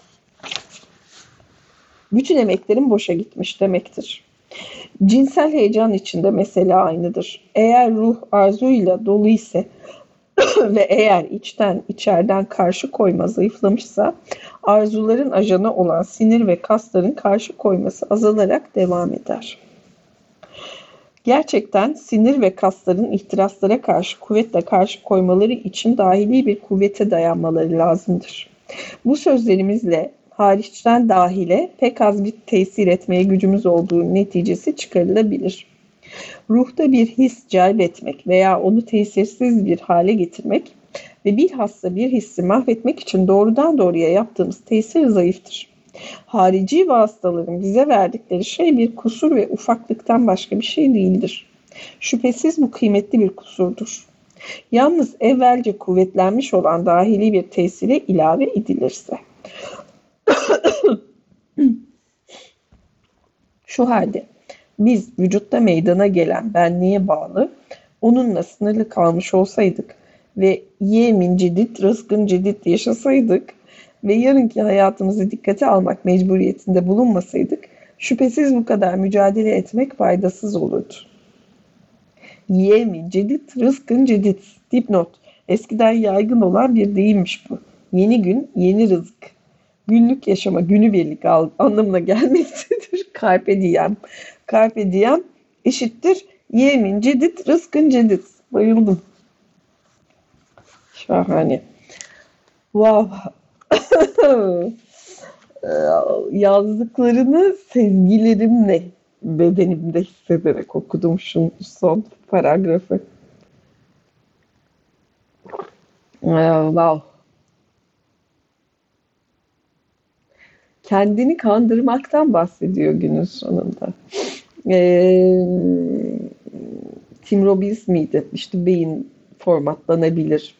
bütün emeklerim boşa gitmiş demektir. Cinsel heyecan içinde mesele aynıdır. Eğer ruh arzuyla dolu ise ve eğer içeriden karşı koyma zayıflamışsa, arzuların ajanı olan sinir ve kasların karşı koyması azalarak devam eder. Gerçekten sinir ve kasların ihtiraslara karşı kuvvetle karşı koymaları için dahili bir kuvvete dayanmaları lazımdır. Bu sözlerimizle hariçten dahile pek az bir tesir etmeye gücümüz olduğu neticesi çıkarılabilir. Ruhta bir his celbetmek veya onu tesirsiz bir hale getirmek ve bilhassa bir hissi mahvetmek için doğrudan doğruya yaptığımız tesir zayıftır. Harici vasıtaların bize verdikleri şey bir kusur ve ufaklıktan başka bir şey değildir. Şüphesiz bu kıymetli bir kusurdur. Yalnız evvelce kuvvetlenmiş olan dahili bir tesire ilave edilirse. Şu halde biz vücutta meydana gelen benliğe bağlı, onunla sınırlı kalmış olsaydık ve yemin cidid, rızkın cidid yaşasaydık ve yarınki hayatımızı dikkate almak mecburiyetinde bulunmasaydık, şüphesiz bu kadar mücadele etmek faydasız olurdu. Yemin cidid, rızkın cidid. Dipnot. Eskiden yaygın olan bir deyimmiş bu. Yeni gün, yeni rızık. Günlük yaşama, günübirlik anlamına gelmektedir. Carpe diem. Carpe diem eşittir. Yemin cedid, rızkın cedid. Bayıldım. Şahane. Wow. Yazdıklarını sezgilerimle, bedenimde hissederek okudum şu son paragrafı. Wow. Kendini kandırmaktan bahsediyor günün sonunda. Ee, Tim Robbins miydi? İşte beyin formatlanabilir.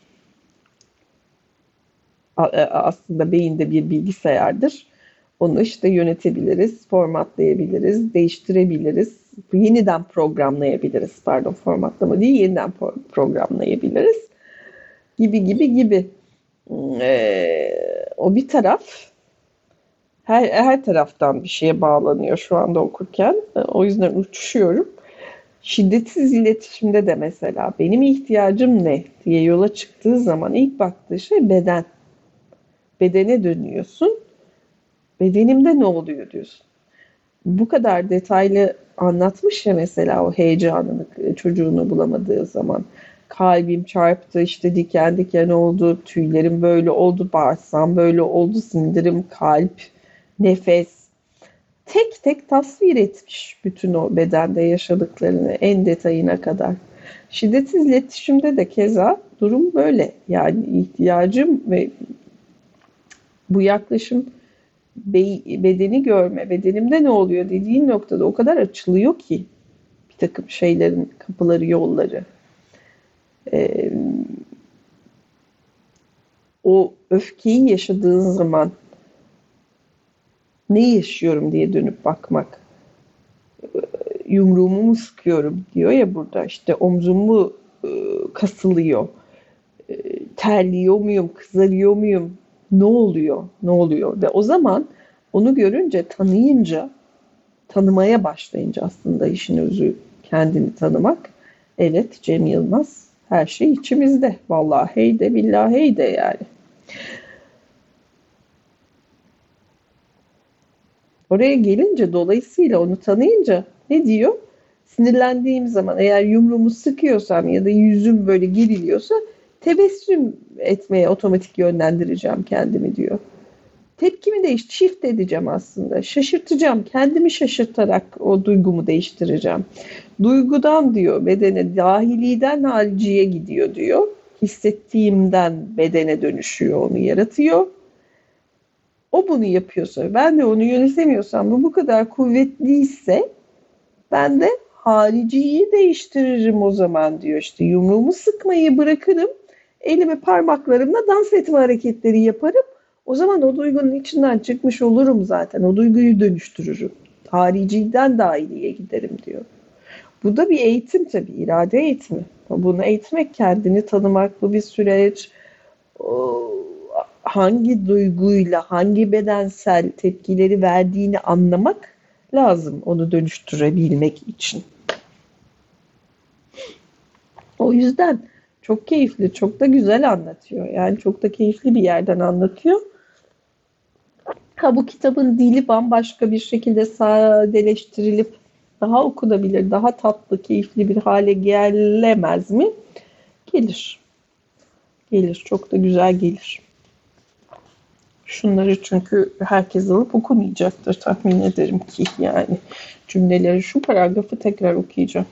Aslında beyin de bir bilgisayardır. Onu işte yönetebiliriz, formatlayabiliriz, değiştirebiliriz, yeniden programlayabiliriz. Pardon, formatlama değil, yeniden programlayabiliriz. Gibi gibi gibi. O bir taraf. Her taraftan bir şeye bağlanıyor şu anda okurken. O yüzden uçuşuyorum. Şiddetsiz iletişimde de mesela benim ihtiyacım ne diye yola çıktığı zaman ilk baktığı şey beden. Bedene dönüyorsun. Bedenimde ne oluyor diyorsun. Bu kadar detaylı anlatmış ya mesela o heyecanını, çocuğunu bulamadığı zaman. Kalbim çarptı, işte diken diken oldu, tüylerim böyle oldu, bağırsam böyle oldu, sindirim, kalp, nefes. Tek tek tasvir etmiş bütün o bedende yaşadıklarını en detayına kadar. Şiddetsiz iletişimde de keza durum böyle. Yani ihtiyacım ve bu yaklaşım bedeni görme, bedenimde ne oluyor dediğin noktada o kadar açılıyor ki bir takım şeylerin kapıları, yolları. Ee, O öfkeyi yaşadığın zaman ne yaşıyorum diye dönüp bakmak. Yumruğumu mu sıkıyorum diyor ya burada, işte omzumu kasılıyor. Terliyor muyum, kızarıyor muyum? Ne oluyor? Ne oluyor? Ve o zaman onu görünce, tanıyınca, tanımaya başlayınca aslında işin özü kendini tanımak. Evet, Cem Yılmaz, her şey içimizde. Vallahi hey de billahi hey de yani. Oraya gelince, dolayısıyla onu tanıyınca Ne diyor? Sinirlendiğim zaman eğer yumruğumu sıkıyorsam ya da yüzüm böyle geriliyorsa tebessüm etmeye otomatik yönlendireceğim kendimi diyor. Tepkimi shift edeceğim aslında. Şaşırtacağım. Kendimi şaşırtarak o duygumu değiştireceğim. Duygudan diyor bedene, dahiliden hariciye gidiyor diyor. Hissettiğimden bedene dönüşüyor, onu yaratıyor. O bunu yapıyorsa, ben de onu yönetemiyorsam, bu kadar kuvvetliyse ben de hariciyi değiştiririm o zaman diyor. İşte yumruğumu sıkmayı bırakırım. Elimi parmaklarımla dans etme hareketleri yaparım. O zaman o duygunun içinden çıkmış olurum zaten. O duyguyu dönüştürürüm. Hariciden dahiliye giderim diyor. Bu da bir eğitim tabii, irade eğitimi. Bunu eğitmek, kendini tanımak, bu bir süreç. Hangi duyguyla, hangi bedensel tepkileri verdiğini anlamak lazım onu dönüştürebilmek için. O yüzden çok keyifli, çok da güzel anlatıyor. Yani çok da keyifli bir yerden anlatıyor. Ha, bu kitabın dili bambaşka bir şekilde sadeleştirilip daha okunabilir, daha tatlı, keyifli bir hale gelemez mi? Gelir. Gelir. Çok da güzel gelir. Şunları çünkü herkes alıp okumayacaktır tahmin ederim ki, yani cümleleri, şu paragrafı tekrar okuyacağım.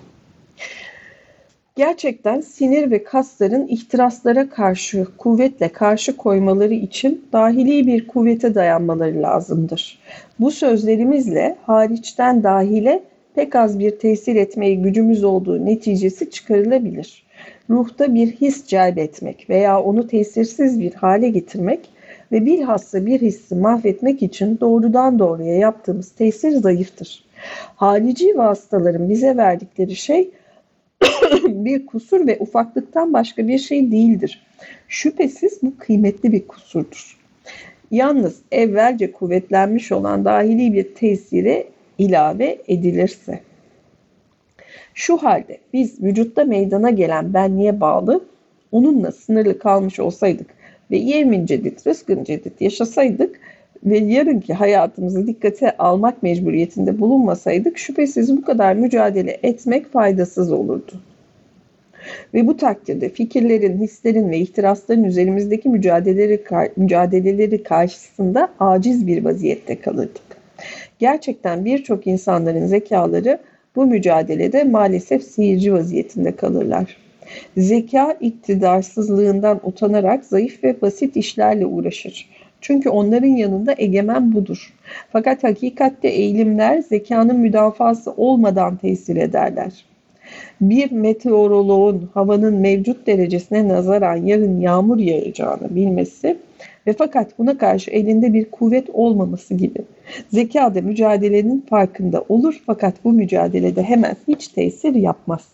Gerçekten sinir ve kasların ihtiraslara karşı kuvvetle karşı koymaları için dahili bir kuvvete dayanmaları lazımdır. Bu sözlerimizle hariçten dahile pek az bir tesir etmeye gücümüz olduğu neticesi çıkarılabilir. Ruhta bir his celbetmek veya onu tesirsiz bir hale getirmek ve bilhassa bir hissi mahvetmek için doğrudan doğruya yaptığımız tesir zayıftır. Harici vasıtaların bize verdikleri şey bir kusur ve ufaklıktan başka bir şey değildir. Şüphesiz bu kıymetli bir kusurdur. Yalnız evvelce kuvvetlenmiş olan dahili bir tesire ilave edilirse. Şu halde biz vücutta meydana gelen benliğe bağlı, onunla sınırlı kalmış olsaydık ve yevmin cedid, rızkın cedid yaşasaydık ve yarınki hayatımızı dikkate almak mecburiyetinde bulunmasaydık, şüphesiz bu kadar mücadele etmek faydasız olurdu. Ve bu takdirde fikirlerin, hislerin ve ihtirasların üzerimizdeki mücadeleleri karşısında aciz bir vaziyette kalırdık. Gerçekten birçok insanların zekaları bu mücadelede maalesef seyirci vaziyetinde kalırlar. Zeka iktidarsızlığından utanarak zayıf ve basit işlerle uğraşır. Çünkü onların yanında egemen budur. Fakat hakikatte eğilimler zekanın müdafası olmadan tesir ederler. Bir meteoroloğun havanın mevcut derecesine nazaran yarın yağmur yağacağını bilmesi ve fakat buna karşı elinde bir kuvvet olmaması gibi. Zeka da mücadelenin farkında olur fakat bu mücadelede hemen hiç tesir yapmaz.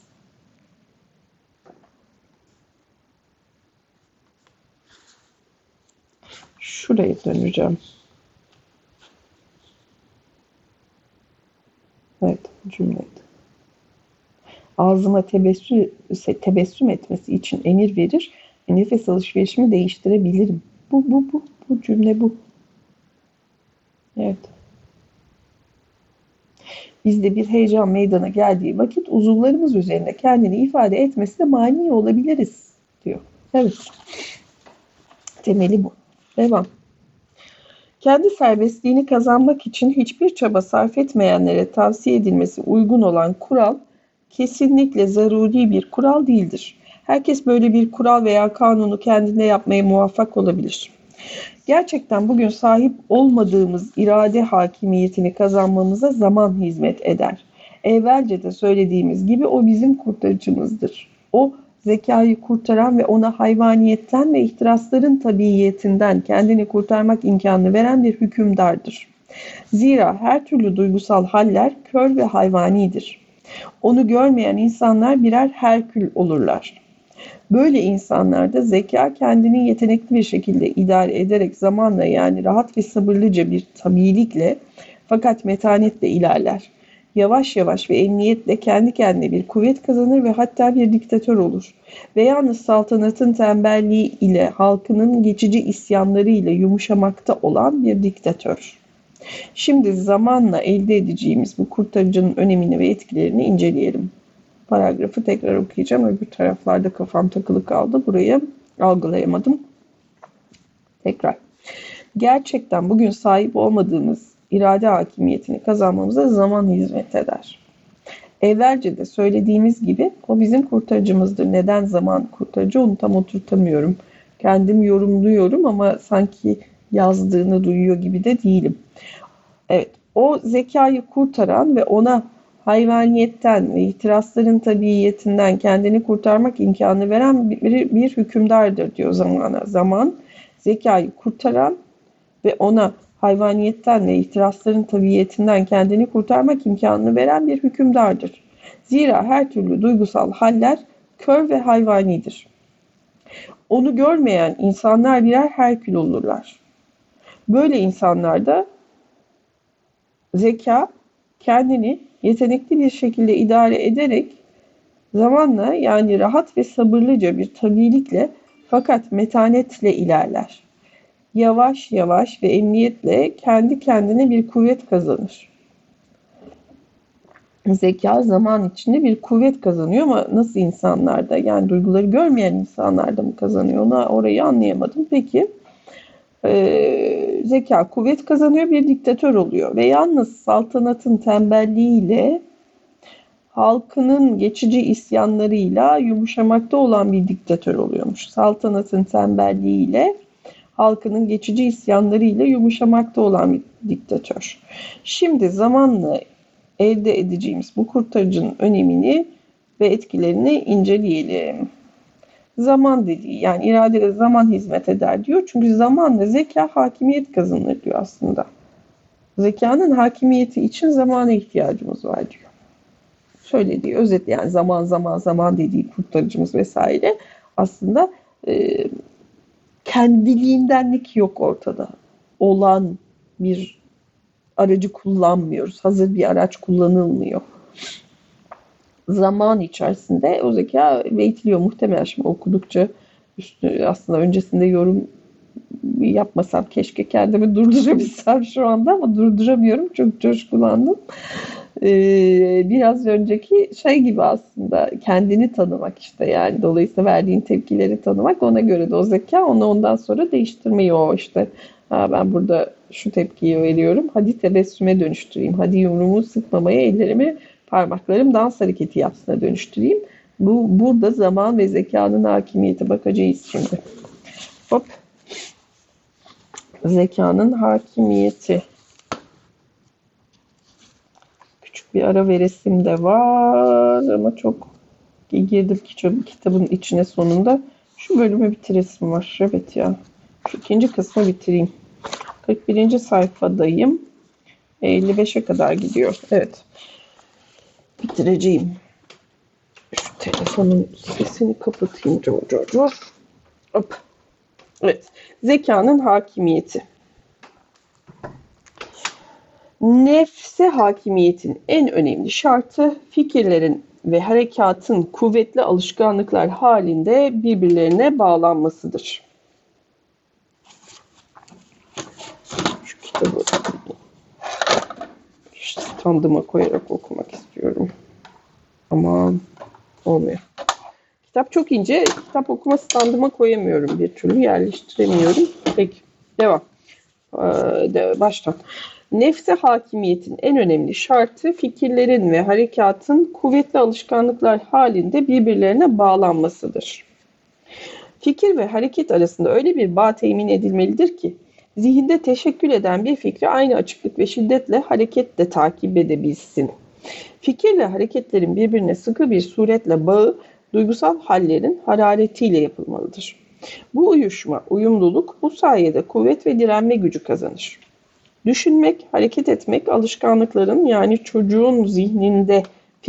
Şuraya döneceğim. Evet, cümleydi. Ağzıma tebessüm etmesi için emir verir ve nefes alışverişimi değiştirebilirim. Bu cümle bu. Evet. Bizde bir heyecan meydana geldiği vakit uzuvlarımız üzerinde kendini ifade etmesine mani olabiliriz diyor. Evet. Temeli bu. Devam. Kendi serbestliğini kazanmak için hiçbir çaba sarf etmeyenlere tavsiye edilmesi uygun olan kural kesinlikle zaruri bir kural değildir. Herkes böyle bir kural veya kanunu kendine yapmaya muvaffak olabilir. Gerçekten bugün sahip olmadığımız irade hakimiyetini kazanmamıza zaman hizmet eder. Evvelce de söylediğimiz gibi o bizim kurtarıcımızdır. O zekayı kurtaran ve ona hayvaniyetten ve ihtirasların tabiiyetinden kendini kurtarmak imkanını veren bir hükümdardır. Zira her türlü duygusal haller kör ve hayvanidir. Onu görmeyen insanlar birer Herkül olurlar. Böyle insanlarda zeka kendini yetenekli bir şekilde idare ederek zamanla, yani rahat ve sabırlıca bir tabiilikle fakat metanetle ilerler. Yavaş yavaş ve emniyetle kendi kendine bir kuvvet kazanır ve hatta bir diktatör olur. Ve yalnız saltanatın tembelliği ile halkının geçici isyanları ile yumuşamakta olan bir diktatör. Şimdi zamanla elde edeceğimiz bu kurtarıcının önemini ve etkilerini inceleyelim. Paragrafı tekrar okuyacağım. Öbür taraflarda kafam takılı kaldı. Burayı algılayamadım. Tekrar. Gerçekten bugün sahip olmadığımız irade hakimiyetini kazanmamıza zaman hizmet eder. Evvelce de söylediğimiz gibi o bizim kurtarıcımızdır. Neden zaman kurtarıcı onu tam oturtamıyorum. Kendim yorumluyorum ama sanki yazdığını duyuyor gibi de değilim. Evet, o zekayı kurtaran ve ona hayvaniyetten ve ihtirasların tabiiyetinden kendini kurtarmak imkanı veren bir hükümdardır diyor zamana. Zaman, zekayı kurtaran ve ona hayvaniyetten ve ihtirasların tabiiyetinden kendini kurtarmak imkanını veren bir hükümdardır. Zira her türlü duygusal haller kör ve hayvanidir. Onu görmeyen insanlar birer Herkül olurlar. Böyle insanlarda zeka kendini yetenekli bir şekilde idare ederek zamanla yani rahat ve sabırlıca bir tabiilikle fakat metanetle ilerler. Yavaş yavaş ve emniyetle kendi kendine bir kuvvet kazanır. Zeka zaman içinde bir kuvvet kazanıyor ama nasıl insanlarda, yani duyguları görmeyen insanlarda mı kazanıyor, orayı anlayamadım. Peki zeka kuvvet kazanıyor, bir diktatör oluyor ve yalnız saltanatın tembelliğiyle halkının geçici isyanlarıyla yumuşamakta olan bir diktatör oluyormuş. Saltanatın tembelliğiyle halkının geçici isyanlarıyla yumuşamakta olan bir diktatör. Şimdi zamanla elde edeceğimiz bu kurtarıcının önemini ve etkilerini inceleyelim. Zaman dediği, yani irade ve zaman hizmet eder diyor. Çünkü zamanla zeka hakimiyet kazanır diyor aslında. Zekanın hakimiyeti için zamana ihtiyacımız var diyor. Söylediği özet, yani zaman dediği kurtarıcımız vesaire aslında kendiliğindenlik yok ortada. Olan bir aracı kullanmıyoruz. Hazır bir araç kullanılmıyor. Zaman içerisinde o zeka eğitiliyor muhtemelen. Şimdi okudukça aslında öncesinde yorum yapmasam keşke, kendimi durdurabilsem şu anda ama durduramıyorum. Çok coşkulandım. Biraz önceki şey gibi aslında kendini tanımak işte, yani dolayısıyla verdiğin tepkileri tanımak, ona göre de o zeka onu ondan sonra değiştirmeyi, o işte ben burada şu tepkiyi veriyorum, hadi tebessüme dönüştüreyim, hadi yumruğumu sıkmamaya, ellerimi parmaklarım dans hareketi yapsına dönüştüreyim. Burada zaman ve zekanın hakimiyeti bakacağız şimdi. Hop. Zekanın hakimiyeti. Küçük bir ara veresim de var ama çok girdim kitabın içine sonunda. Şu bölümü bitiresim var. Evet ya. Şu ikinci kısmı bitireyim. 41. sayfadayım. 55'e kadar gidiyor. Evet. Bitireceğim. Şu telefonun sesini kapatayım. Hop. Evet. Zekanın hakimiyeti. Nefse hakimiyetin en önemli şartı fikirlerin ve harekatın kuvvetli alışkanlıklar halinde birbirlerine bağlanmasıdır. Şu kitabı işte standıma koyarak okumak istiyorum. Ama olmuyor. Kitap çok ince. Kitap okuma standıma koyamıyorum. Bir türlü yerleştiremiyorum. Peki. Devam. Baştan. Nefse hakimiyetin en önemli şartı fikirlerin ve harekatın kuvvetli alışkanlıklar halinde birbirlerine bağlanmasıdır. Fikir ve hareket arasında öyle bir bağ temin edilmelidir ki zihinde teşekkül eden bir fikri aynı açıklık ve şiddetle hareketle takip edebilsin. Fikirle hareketlerin birbirine sıkı bir suretle bağı duygusal hallerin hararetiyle yapılmalıdır. Bu uyuşma, uyumluluk bu sayede kuvvet ve direnme gücü kazanır. Düşünmek, hareket etmek alışkanlıkların, yani çocuğun zihninde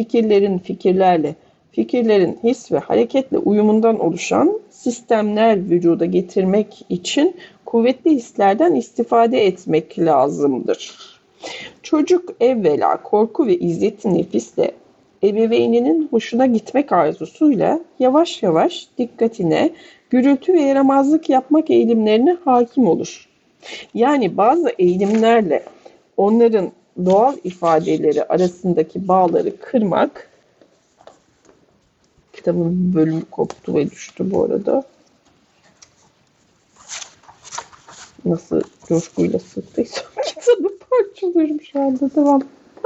fikirlerin his ve hareketle uyumundan oluşan sistemler vücuda getirmek için kuvvetli hislerden istifade etmek lazımdır. Çocuk evvela korku ve izzet-i nefisle ebeveyninin hoşuna gitmek arzusuyla yavaş yavaş dikkatine gürültü ve yaramazlık yapmak eğilimlerine hakim olur. Yani bazı eğilimlerle onların doğal ifadeleri arasındaki bağları kırmak. Kitabın bölümü koptu ve düştü bu arada. Nasıl coşkuyla sıktıysam kitabı parçalıyorum şu anda. Devam.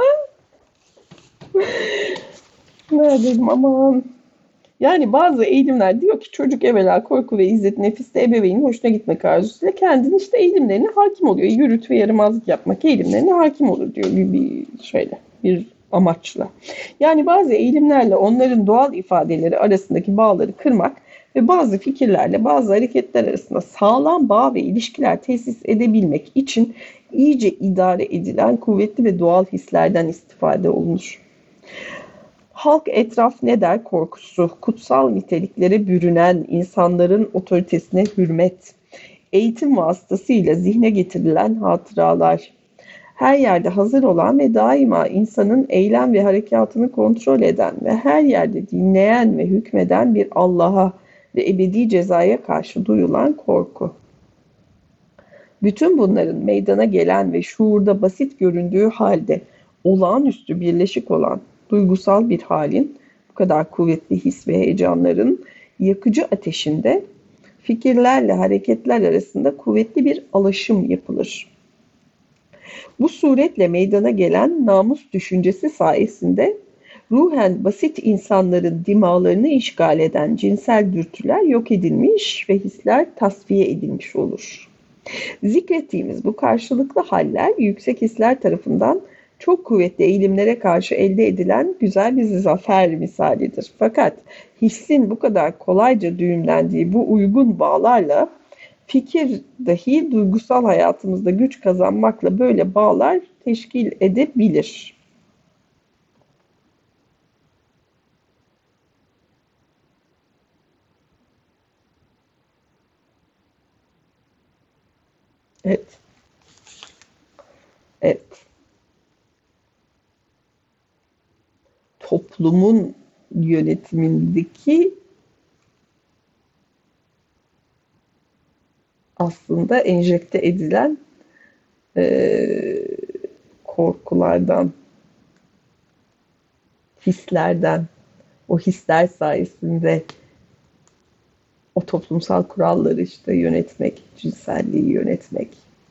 Neredeyim aman. Yani bazı eğilimler diyor ki çocuk evvela korku ve izzet nefiste ebeveynin hoşuna gitmek arzusuyla kendini işte eğilimlerine hakim oluyor. Yürüt ve yaramazlık yapmak eğilimlerine hakim olur diyor bir şeyle, bir amaçla. Yani bazı eğilimlerle onların doğal ifadeleri arasındaki bağları kırmak ve bazı fikirlerle bazı hareketler arasında sağlam bağ ve ilişkiler tesis edebilmek için iyice idare edilen kuvvetli ve doğal hislerden istifade olunur. Halk etraf ne der korkusu, kutsal niteliklere bürünen insanların otoritesine hürmet, eğitim vasıtasıyla zihne getirilen hatıralar, her yerde hazır olan ve daima insanın eylem ve harekatını kontrol eden ve her yerde dinleyen ve hükmeden bir Allah'a ve ebedi cezaya karşı duyulan korku. Bütün bunların meydana gelen ve şuurda basit göründüğü halde olağanüstü birleşik olan duygusal bir halin, bu kadar kuvvetli his ve heyecanların yakıcı ateşinde fikirlerle hareketler arasında kuvvetli bir alaşım yapılır. Bu suretle meydana gelen namus düşüncesi sayesinde ruhen basit insanların dimağlarını işgal eden cinsel dürtüler yok edilmiş ve hisler tasfiye edilmiş olur. Zikrettiğimiz bu karşılıklı haller yüksek hisler tarafından çok kuvvetli eğilimlere karşı elde edilen güzel bir zafer misalidir. Fakat hissin bu kadar kolayca düğümlendiği bu uygun bağlarla fikir dahi duygusal hayatımızda güç kazanmakla böyle bağlar teşkil edebilir. Evet, evet. Toplumun yönetimindeki aslında enjekte edilen eee, korkulardan, hislerden, o hisler sayesinde o toplumsal kuralları işte yönetmek, cinselliği yönetmek.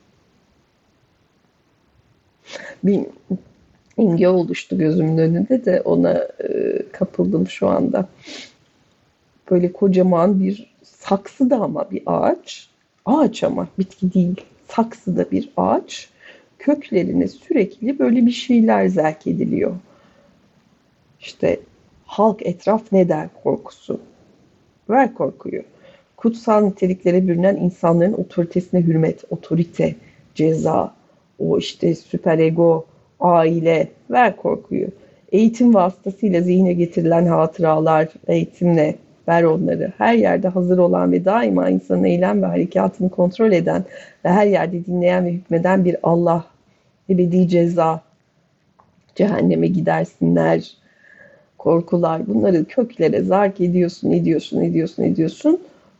Bir imge oluştu gözümün önünde de ona kapıldım şu anda. Böyle kocaman bir saksıda ama bir ağaç. Ağaç ama bitki değil. Saksıda bir ağaç. Köklerine sürekli böyle bir şeyler zerk ediliyor. İşte halk etraf ne der korkusu. Ver korkuyu. Kutsal niteliklere bürünen insanların otoritesine hürmet, otorite, ceza, o işte süperego, aile, ver korkuyu. Eğitim vasıtasıyla zihne getirilen hatıralar, eğitimle ver onları. Her yerde hazır olan ve daima insanın eylem ve harekatını kontrol eden ve her yerde dinleyen ve hükmeden bir Allah, ebedi ceza, cehenneme gidersinler, korkular, bunları köklere zark ediyorsun, ediyorsun.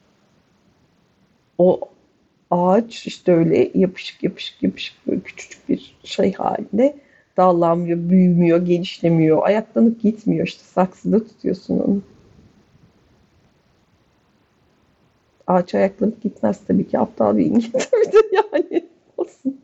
O ağaç işte öyle yapışık yapışık yapışık böyle küçücük bir şey halinde dallanmıyor, büyümüyor, genişlemiyor, ayaklanıp gitmiyor. İşte saksıda tutuyorsun onu. Ağaç ayaklanıp gitmez tabii ki. Aptal bir İngiliz tabii de yani. Olsun.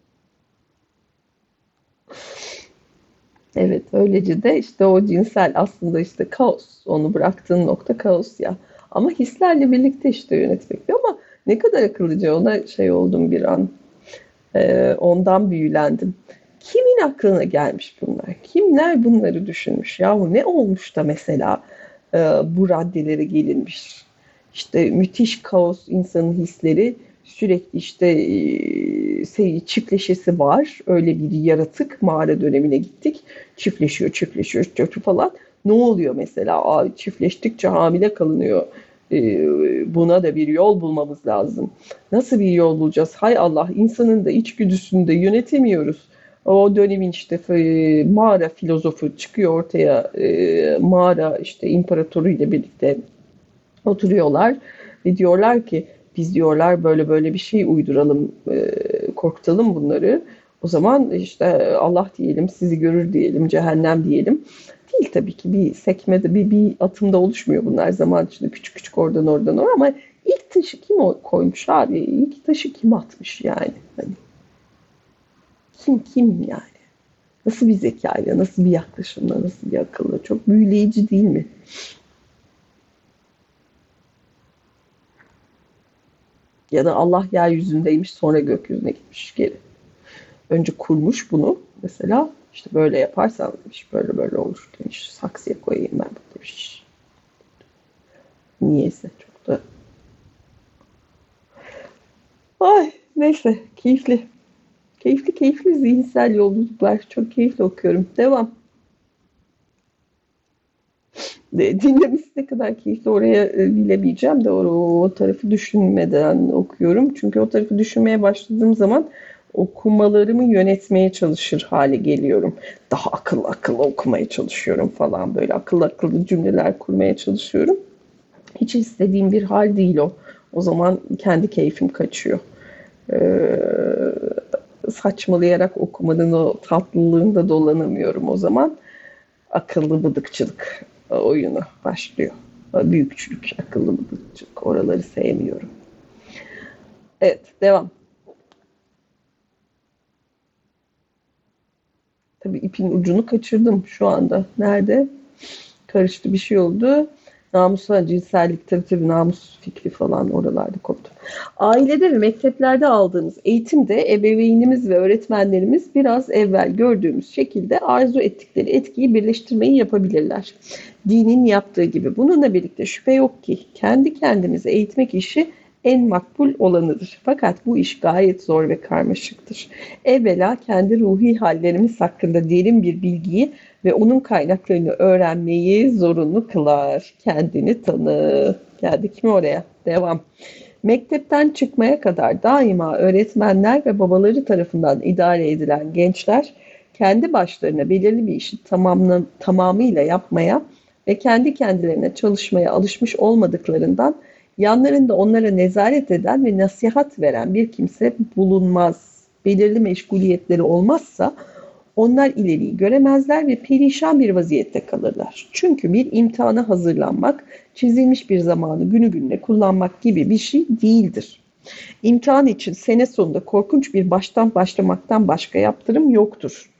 Evet, öylece de işte o cinsel aslında işte kaos. Onu bıraktığın nokta kaos ya. Ama hislerle birlikte işte yönetmek. Ama ne kadar akıllıca ona şey oldum bir an. Ondan büyülendim. Kimin aklına gelmiş bunlar? Kimler bunları düşünmüş? Yahu ne olmuş da mesela bu raddelere gelinmiş? İşte müthiş kaos insanın hisleri sürekli işte çiftleşesi var. Öyle bir yaratık mağara dönemine gittik. Çiftleşiyor falan. Ne oluyor mesela? Çiftleştikçe hamile kalınıyor. Buna da bir yol bulmamız lazım. Nasıl bir yol bulacağız? Hay Allah, insanın da içgüdüsünü de yönetemiyoruz. O dönemin işte mağara filozofu çıkıyor ortaya, mağara işte imparatoru ile birlikte oturuyorlar ve diyorlar ki biz diyorlar böyle böyle bir şey uyduralım, korkutalım bunları. O zaman işte Allah diyelim, sizi görür diyelim, cehennem diyelim. Değil tabii ki, bir sekmede, bir atımda oluşmuyor bunlar, zaman içinde küçük küçük oradan oradan oraya, ama ilk taşı kim koymuş abi? İlk taşı kim atmış yani? Hani kim yani? Nasıl bir zekayla, nasıl bir yaklaşımla, nasıl bir akılla? Çok büyüleyici değil mi? Ya da Allah yeryüzündeymiş, sonra gökyüzüne gitmiş geri. Önce kurmuş bunu mesela, işte böyle yaparsan demiş, böyle böyle olur demiş. Saksıya koyayım ben bu demiş. Niyeyse çok da. Ay neyse, keyifli. Keyifli keyifli zihinsel yolculuklar. Çok keyifli okuyorum. Devam. Dinlemesi ne kadar keyifli oraya bilemeyeceğim de o tarafı düşünmeden okuyorum. Çünkü o tarafı düşünmeye başladığım zaman okumalarımı yönetmeye çalışır hale geliyorum. Daha akıllı akıllı okumaya çalışıyorum falan, böyle akıllı akıllı cümleler kurmaya çalışıyorum. Hiç istediğim bir hal değil o. O zaman kendi keyfim kaçıyor. Ee, Saçmalayarak okumanın o tatlılığında dolanamıyorum o zaman. Akıllı bıdıkçılık oyunu başlıyor. Büyükçülük, akıllı bıdıkçılık. Oraları sevmiyorum. Evet, devam. Tabii ipin ucunu kaçırdım şu anda. Nerede? Karıştı, bir şey oldu. Namusla cinsellik, tabii namus fikri falan oralarda koptu. Ailede ve mekteplerde aldığımız eğitimde ebeveynimiz ve öğretmenlerimiz biraz evvel gördüğümüz şekilde arzu ettikleri etkiyi birleştirmeyi yapabilirler. Dinin yaptığı gibi. Bununla birlikte şüphe yok ki kendi kendimizi eğitmek işi en makbul olanıdır. Fakat bu iş gayet zor ve karmaşıktır. Evvela kendi ruhi hallerimiz hakkında derin bir bilgiyi ve onun kaynaklarını öğrenmeyi zorunlu kılar. Kendini tanı. Geldik mi oraya? Devam. Mektepten çıkmaya kadar daima öğretmenler ve babaları tarafından idare edilen gençler kendi başlarına belirli bir işi tamamıyla yapmaya ve kendi kendilerine çalışmaya alışmış olmadıklarından yanlarında onlara nezaret eden ve nasihat veren bir kimse bulunmaz. Belirli meşguliyetleri olmazsa onlar ileriyi göremezler ve perişan bir vaziyette kalırlar. Çünkü bir imtihana hazırlanmak, çizilmiş bir zamanı günü gününe kullanmak gibi bir şey değildir. İmtihan için sene sonunda korkunç bir baştan başlamaktan başka yaptırım yoktur.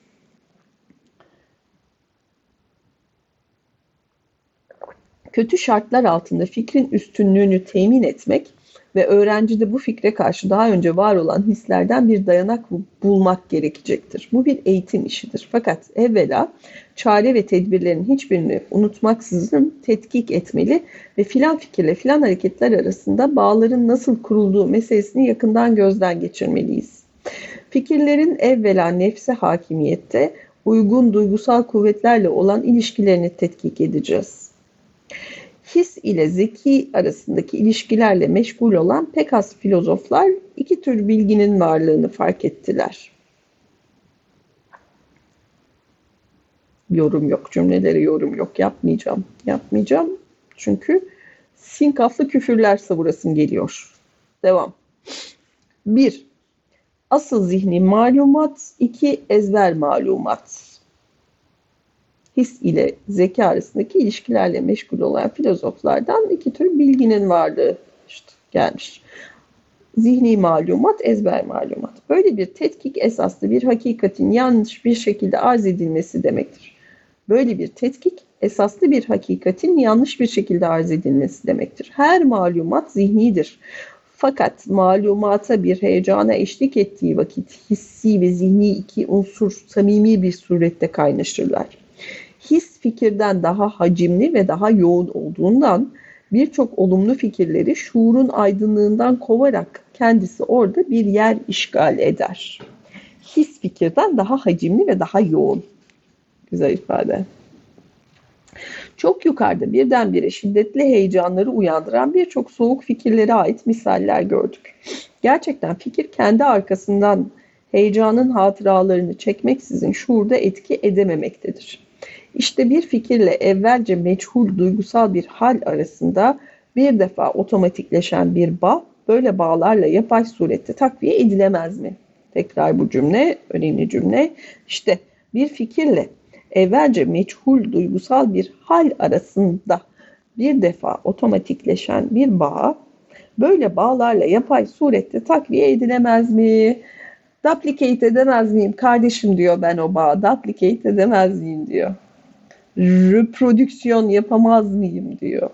Kötü şartlar altında fikrin üstünlüğünü temin etmek ve öğrencide bu fikre karşı daha önce var olan hislerden bir dayanak bulmak gerekecektir. Bu bir eğitim işidir. Fakat evvela çare ve tedbirlerin hiçbirini unutmaksızın tetkik etmeli ve filan fikirle filan hareketler arasında bağların nasıl kurulduğu meselesini yakından gözden geçirmeliyiz. Fikirlerin evvela nefse hakimiyette uygun duygusal kuvvetlerle olan ilişkilerini tetkik edeceğiz. His ile zeki arasındaki ilişkilerle meşgul olan pek az filozoflar iki tür bilginin varlığını fark ettiler. Yorum yok, cümlelere yorum yok, yapmayacağım. Yapmayacağım çünkü sinkaflı küfürler savurasım geliyor. Devam. 1. Asıl zihni malumat, 2. Ezber malumat. His ile zeka arasındaki ilişkilerle meşgul olan filozoflardan iki tür bilginin varlığı işte gelmiş. Zihni malumat, ezber malumat. Böyle bir tetkik esaslı bir hakikatin yanlış bir şekilde arz edilmesi demektir. Böyle bir tetkik esaslı bir hakikatin yanlış bir şekilde arz edilmesi demektir. Her malumat zihnidir. Fakat malumata bir heyecana eşlik ettiği vakit hissi ve zihni iki unsur samimi bir surette kaynaşırlar. His fikirden daha hacimli ve daha yoğun olduğundan birçok olumlu fikirleri şuurun aydınlığından kovarak kendisi orada bir yer işgal eder. His fikirden daha hacimli ve daha yoğun. Güzel ifade. Çok yukarıda birdenbire şiddetli heyecanları uyandıran birçok soğuk fikirlere ait misaller gördük. Gerçekten fikir kendi arkasından heyecanın hatıralarını çekmeksizin şuurda etki edememektedir. İşte bir fikirle evvelce meçhul duygusal bir hal arasında bir defa otomatikleşen bir bağ, böyle bağlarla yapay surette takviye edilemez mi? Tekrar bu cümle, önemli cümle. İşte bir fikirle evvelce meçhul duygusal bir hal arasında bir defa otomatikleşen bir bağ, böyle bağlarla yapay surette takviye edilemez mi? Duplicate edemez miyim kardeşim diyor, ben o bağı duplicate edemez miyim diyor. Reprodüksiyon yapamaz mıyım diyor.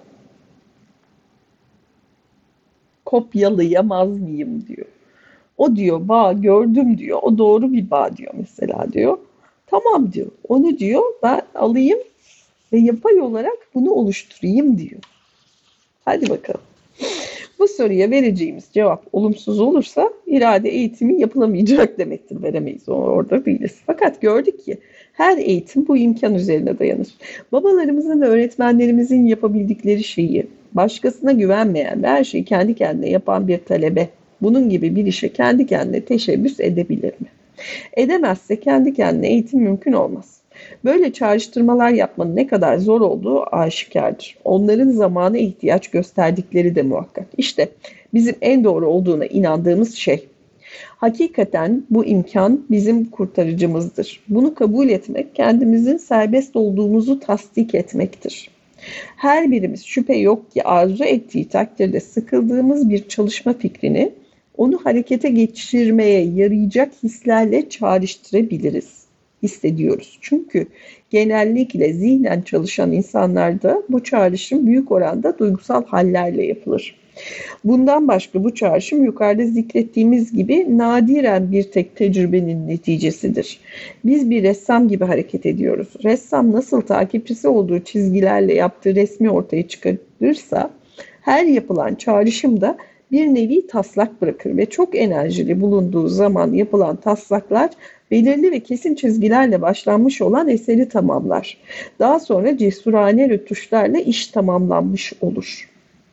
Kopyalayamaz mıyım diyor. O diyor bağ gördüm diyor. O doğru bir bağ diyor mesela diyor. Tamam diyor. Onu diyor ben alayım ve yapay olarak bunu oluşturayım diyor. Hadi bakalım. Bu soruya vereceğimiz cevap olumsuz olursa irade eğitimi yapılamayacak demektir. Veremeyiz. Orada değiliz. Fakat gördük ki her eğitim bu imkan üzerine dayanır. Babalarımızın ve öğretmenlerimizin yapabildikleri şeyi başkasına güvenmeyen ve her şeyi kendi kendine yapan bir talebe bunun gibi bir işe kendi kendine teşebbüs edebilir mi? Edemezse kendi kendine eğitim mümkün olmaz. Böyle çağrıştırmalar yapmanın ne kadar zor olduğu aşikardır. Onların zamana ihtiyaç gösterdikleri de muhakkak. İşte bizim en doğru olduğuna inandığımız şey. Hakikaten bu imkan bizim kurtarıcımızdır. Bunu kabul etmek, kendimizin serbest olduğumuzu tasdik etmektir. Her birimiz şüphe yok ki arzu ettiği takdirde sıkıldığımız bir çalışma fikrini onu harekete geçirmeye yarayacak hislerle çağrıştırabiliriz, hissediyoruz. Çünkü genellikle zihnen çalışan insanlarda bu çağrışım büyük oranda duygusal hallerle yapılır. Bundan başka bu çağrışım yukarıda zikrettiğimiz gibi nadiren bir tek tecrübenin neticesidir. Biz bir ressam gibi hareket ediyoruz. Ressam nasıl takipçisi olduğu çizgilerle yaptığı resmi ortaya çıkarırsa her yapılan çağrışım da bir nevi taslak bırakır ve çok enerjili bulunduğu zaman yapılan taslaklar belirli ve kesin çizgilerle başlanmış olan eseri tamamlar. Daha sonra cesurane rötuşlarla iş tamamlanmış olur.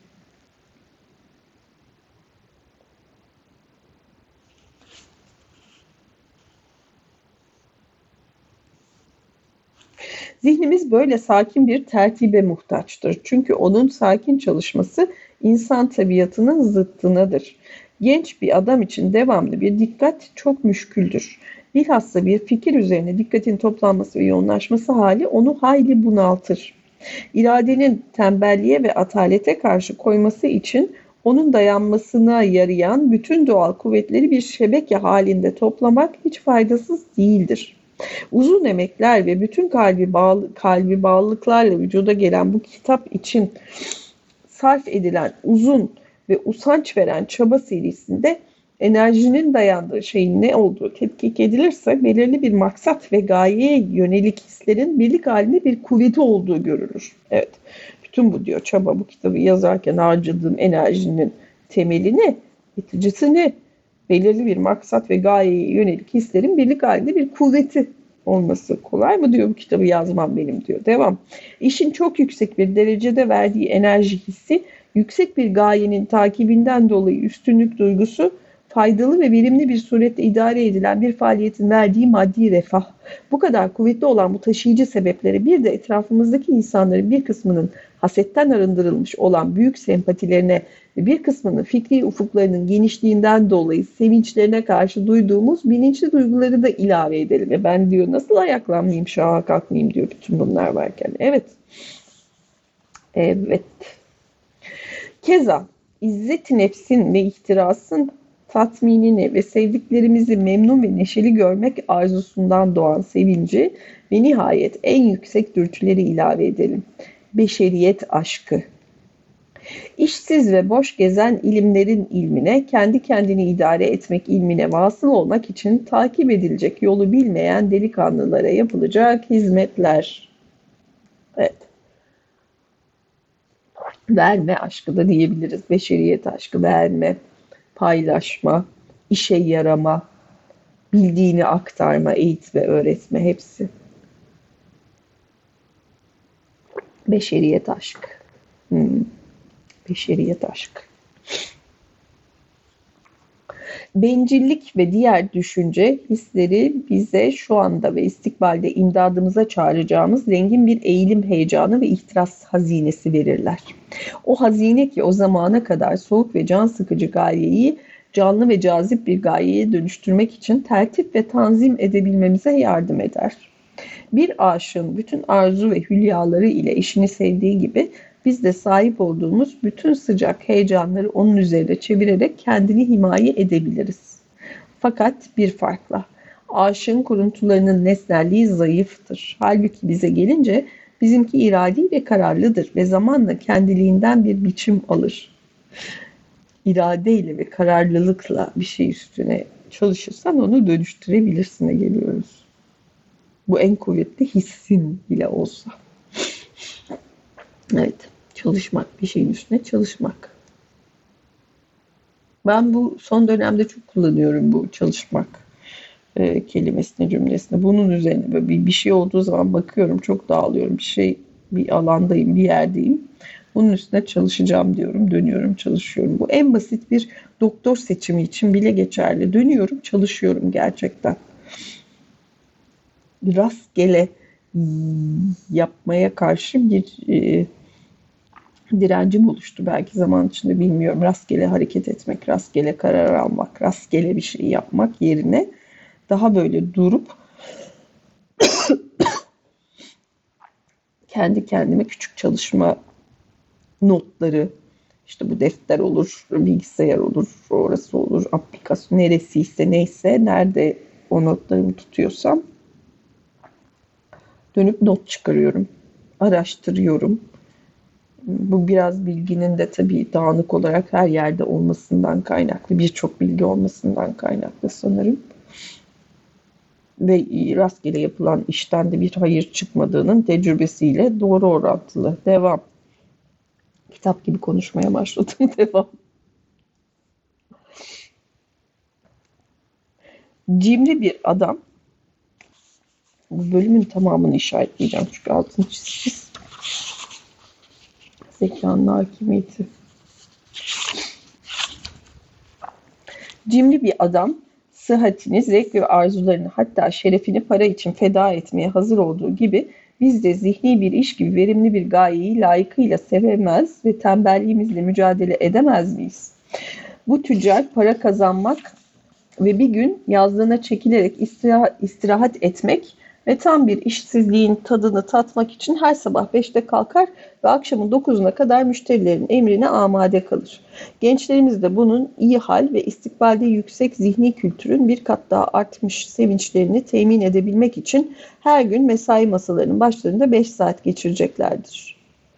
Zihnimiz böyle sakin bir tertibe muhtaçtır. Çünkü onun sakin çalışması insan tabiatının zıttınadır. Genç bir adam için devamlı bir dikkat çok müşküldür. Bilhassa bir fikir üzerine dikkatin toplanması ve yoğunlaşması hali onu hayli bunaltır. İradenin tembelliğe ve atalete karşı koyması için onun dayanmasına yarayan bütün doğal kuvvetleri bir şebeke halinde toplamak hiç faydasız değildir. Uzun emekler ve bütün kalbi bağlılıklarla vücuda gelen bu kitap için sarf edilen uzun ve usanç veren çaba serisinde enerjinin dayandığı şeyin ne olduğu tetkik edilirse belirli bir maksat ve gayeye yönelik hislerin birlik halinde bir kuvveti olduğu görülür. Evet, bütün bu diyor çaba, bu kitabı yazarken harcadığım enerjinin temelini, neticisini belirli bir maksat ve gayeye yönelik hislerin birlik halinde bir kuvveti olması. Kolay mı diyor bu kitabı yazmam benim diyor. Devam. İşin çok yüksek bir derecede verdiği enerji hissi, yüksek bir gayenin takibinden dolayı üstünlük duygusu, faydalı ve verimli bir surette idare edilen bir faaliyetin verdiği maddi refah. Bu kadar kuvvetli olan bu taşıyıcı sebepleri bir de etrafımızdaki insanların bir kısmının hasetten arındırılmış olan büyük sempatilerine ve bir kısmının fikri ufuklarının genişliğinden dolayı sevinçlerine karşı duyduğumuz bilinçli duyguları da ilave edelim. Ve ben diyor nasıl ayaklanmayayım, şaha kalkmayayım diyor bütün bunlar varken. Evet. Evet. Keza izzet-i nefsin ve ihtirasın tatminini ve sevdiklerimizi memnun ve neşeli görmek arzusundan doğan sevinci ve nihayet en yüksek dürtüleri ilave edelim. Beşeriyet aşkı. İşsiz ve boş gezen ilimlerin ilmine, kendi kendini idare etmek ilmine vasıl olmak için takip edilecek yolu bilmeyen delikanlılara yapılacak hizmetler. Evet. Verme aşkı da diyebiliriz. Beşeriyet aşkı, verme, paylaşma, işe yarama, bildiğini aktarma, eğit ve öğretme, hepsi. Beşeriyet aşkı. Beşeriyet aşkı. Bencillik ve diğer düşünce hisleri bize şu anda ve istikbalde imdadımıza çağıracağımız zengin bir eğilim heyecanı ve ihtiras hazinesi verirler. O hazine ki o zamana kadar soğuk ve can sıkıcı gayeyi canlı ve cazip bir gayeye dönüştürmek için tertip ve tanzim edebilmemize yardım eder. Bir aşığın bütün arzu ve hülyaları ile eşini sevdiği gibi biz de sahip olduğumuz bütün sıcak heyecanları onun üzerine çevirerek kendini himaye edebiliriz. Fakat bir farkla. Aşığın kuruntularının nesnelliği zayıftır. Halbuki bize gelince bizimki iradi ve kararlıdır ve zamanla kendiliğinden bir biçim alır. İradeyle ve kararlılıkla bir şey üstüne çalışırsan onu dönüştürebilirsine geliyoruz. Bu en kuvvetli hissin bile olsa. Evet, çalışmak, bir şeyin üstüne çalışmak. Ben bu son dönemde çok kullanıyorum bu çalışmak kelimesini, cümlesini. Bunun üzerine böyle bir şey olduğu zaman bakıyorum, çok dağılıyorum. Bir alandayım, bir yerdeyim. Bunun üstüne çalışacağım diyorum, dönüyorum, çalışıyorum. Bu en basit bir doktor seçimi için bile geçerli. Dönüyorum, çalışıyorum gerçekten. Rastgele yapmaya karşı bir direncim oluştu belki zaman içinde, bilmiyorum. Rastgele hareket etmek, rastgele karar almak, rastgele bir şey yapmak yerine daha böyle durup kendi kendime küçük çalışma notları, işte bu defter olur, bilgisayar olur, orası olur, aplikasyon neresiyse neyse, nerede o notlarımı tutuyorsam dönüp not çıkarıyorum, araştırıyorum. Bu biraz bilginin de tabii dağınık olarak her yerde olmasından kaynaklı, birçok bilgi olmasından kaynaklı sanırım. Ve rastgele yapılan işten de bir hayır çıkmadığının tecrübesiyle doğru orantılı. Devam. Kitap gibi konuşmaya başladım. Devam. Cimri bir adam. Bu bölümün tamamını işaretleyeceğim çünkü altını çizeceğiz. Zekanın hakimiyeti. Cimri bir adam, sıhhatini, zevk ve arzularını, hatta şerefini para için feda etmeye hazır olduğu gibi biz de zihni bir iş gibi verimli bir gayeyi layıkıyla sevemez ve tembelliğimizle mücadele edemez miyiz? Bu tüccar para kazanmak ve bir gün yazlığına çekilerek istirahat etmek ve tam bir işsizliğin tadını tatmak için her sabah 5'te kalkar ve akşamın 9'una kadar müşterilerin emrine amade kalır. Gençlerimiz de bunun iyi hal ve istikbalde yüksek zihni kültürün bir kat daha artmış sevinçlerini temin edebilmek için her gün mesai masalarının başlarında 5 saat geçireceklerdir.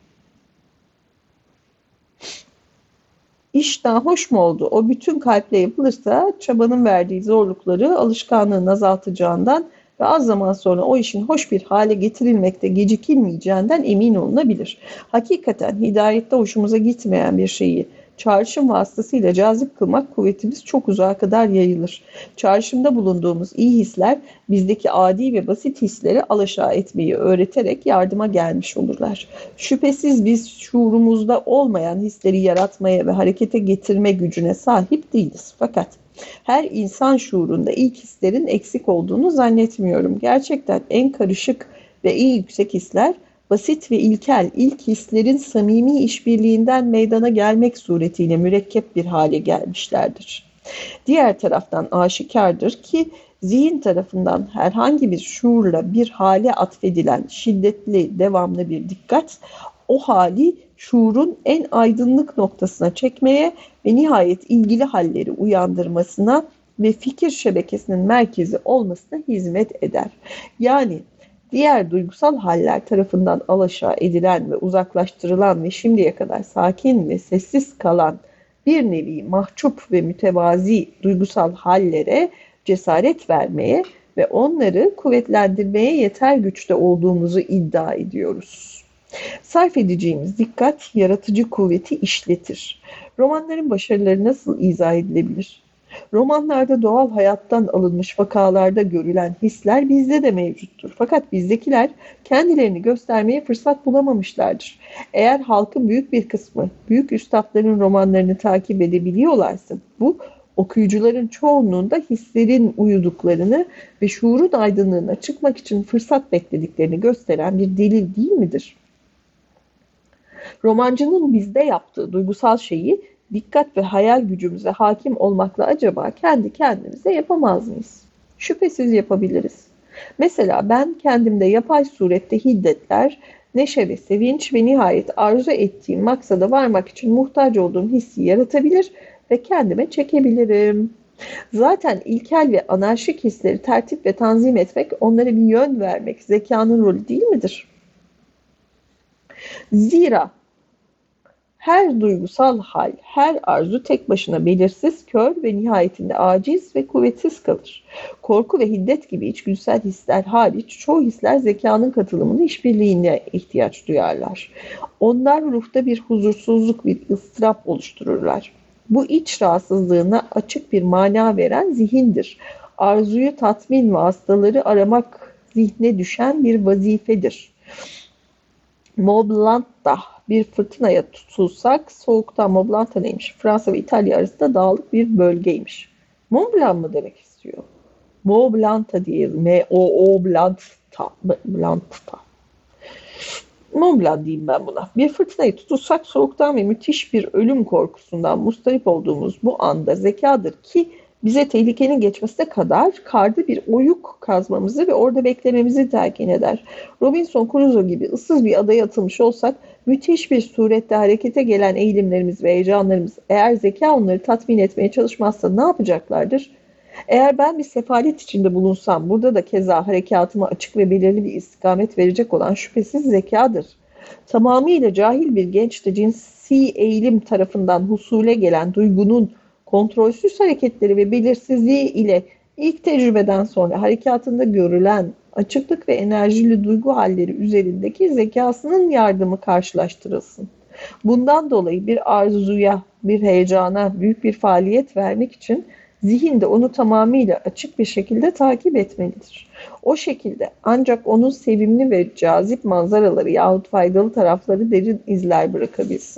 İş nahoş mu oldu? O bütün kalple yapılırsa çabanın verdiği zorlukları alışkanlığın azaltacağından ve az zaman sonra o işin hoş bir hale getirilmekte gecikilmeyeceğinden emin olunabilir. Hakikaten hidayette hoşumuza gitmeyen bir şeyi çağrışım vasıtasıyla cazip kılmak kuvvetimiz çok uzağa kadar yayılır. Çağrışımda bulunduğumuz iyi hisler bizdeki adi ve basit hisleri alaşağı etmeyi öğreterek yardıma gelmiş olurlar. Şüphesiz biz şuurumuzda olmayan hisleri yaratmaya ve harekete getirme gücüne sahip değiliz. Fakat her insan şuurunda ilk hislerin eksik olduğunu zannetmiyorum. Gerçekten en karışık ve en yüksek hisler basit ve ilkel ilk hislerin samimi işbirliğinden meydana gelmek suretiyle mürekkep bir hale gelmişlerdir. Diğer taraftan aşikardır ki zihin tarafından herhangi bir şuurla bir hale atfedilen şiddetli, devamlı bir dikkat, o hali şuurun en aydınlık noktasına çekmeye ve nihayet ilgili halleri uyandırmasına ve fikir şebekesinin merkezi olmasına hizmet eder. Yani diğer duygusal haller tarafından alaşağı edilen ve uzaklaştırılan ve şimdiye kadar sakin ve sessiz kalan bir nevi mahcup ve mütevazi duygusal hallere cesaret vermeye ve onları kuvvetlendirmeye yeter güçte olduğumuzu iddia ediyoruz. Sarf edeceğimiz dikkat yaratıcı kuvveti işletir. Romanların başarıları nasıl izah edilebilir? Romanlarda doğal hayattan alınmış vakalarda görülen hisler bizde de mevcuttur. Fakat bizdekiler kendilerini göstermeye fırsat bulamamışlardır. Eğer halkın büyük bir kısmı büyük üstadların romanlarını takip edebiliyorlarsa bu okuyucuların çoğunluğunda hislerin uyuduklarını ve şuurun aydınlığına çıkmak için fırsat beklediklerini gösteren bir delil değil midir? Romancının bizde yaptığı duygusal şeyi dikkat ve hayal gücümüze hakim olmakla acaba kendi kendimize yapamaz mıyız? Şüphesiz yapabiliriz. Mesela ben kendimde yapay surette hiddetler, neşe ve sevinç ve nihayet arzu ettiğim maksada varmak için muhtaç olduğum hissi yaratabilir ve kendime çekebilirim. Zaten ilkel ve anarşik hisleri tertip ve tanzim etmek, onlara bir yön vermek zekanın rolü değil midir? Zira her duygusal hal, her arzu tek başına belirsiz, kör ve nihayetinde aciz ve kuvvetsiz kalır. Korku ve hiddet gibi içgüdüsel hisler hariç çoğu hisler zekanın katılımını işbirliğine ihtiyaç duyarlar. Onlar ruhta bir huzursuzluk, bir ıstırap oluştururlar. Bu iç rahatsızlığına açık bir mana veren zihindir. Arzuyu tatmin vasıtaları aramak zihne düşen bir vazifedir. Mont Blanc'ta bir fırtınaya tutulsak, soğukta Mont Blanc neymiş? Fransa ve İtalya arasında dağlık bir bölgeymiş. Mont Blanc mı demek istiyor? Mont Blanc'ta değil. M-O-O Blanc'ta. Blanc'ta. Mont Blanc diyeyim ben buna. Bir fırtınayı tutulsak, soğuktan ve müthiş bir ölüm korkusundan mustarip olduğumuz bu anda zekadır ki bize tehlikenin geçmesine kadar karda bir oyuk kazmamızı ve orada beklememizi telkin eder. Robinson Crusoe gibi ıssız bir adaya atılmış olsak, müthiş bir surette harekete gelen eğilimlerimiz ve heyecanlarımız, eğer zeka onları tatmin etmeye çalışmazsa ne yapacaklardır? Eğer ben bir sefalet içinde bulunsam, burada da keza harekâtıma açık ve belirli bir istikamet verecek olan şüphesiz zekadır. Tamamıyla cahil bir genç de cinsi eğilim tarafından husule gelen duygunun kontrolsüz hareketleri ve belirsizliği ile ilk tecrübeden sonra harekâtında görülen açıklık ve enerjili duygu halleri üzerindeki zekasının yardımı karşılaştırılsın. Bundan dolayı bir arzuya, bir heyecana, büyük bir faaliyet vermek için zihin de onu tamamıyla açık bir şekilde takip etmelidir. O şekilde ancak onun sevimli ve cazip manzaraları yahut faydalı tarafları derin izler bırakabilsin.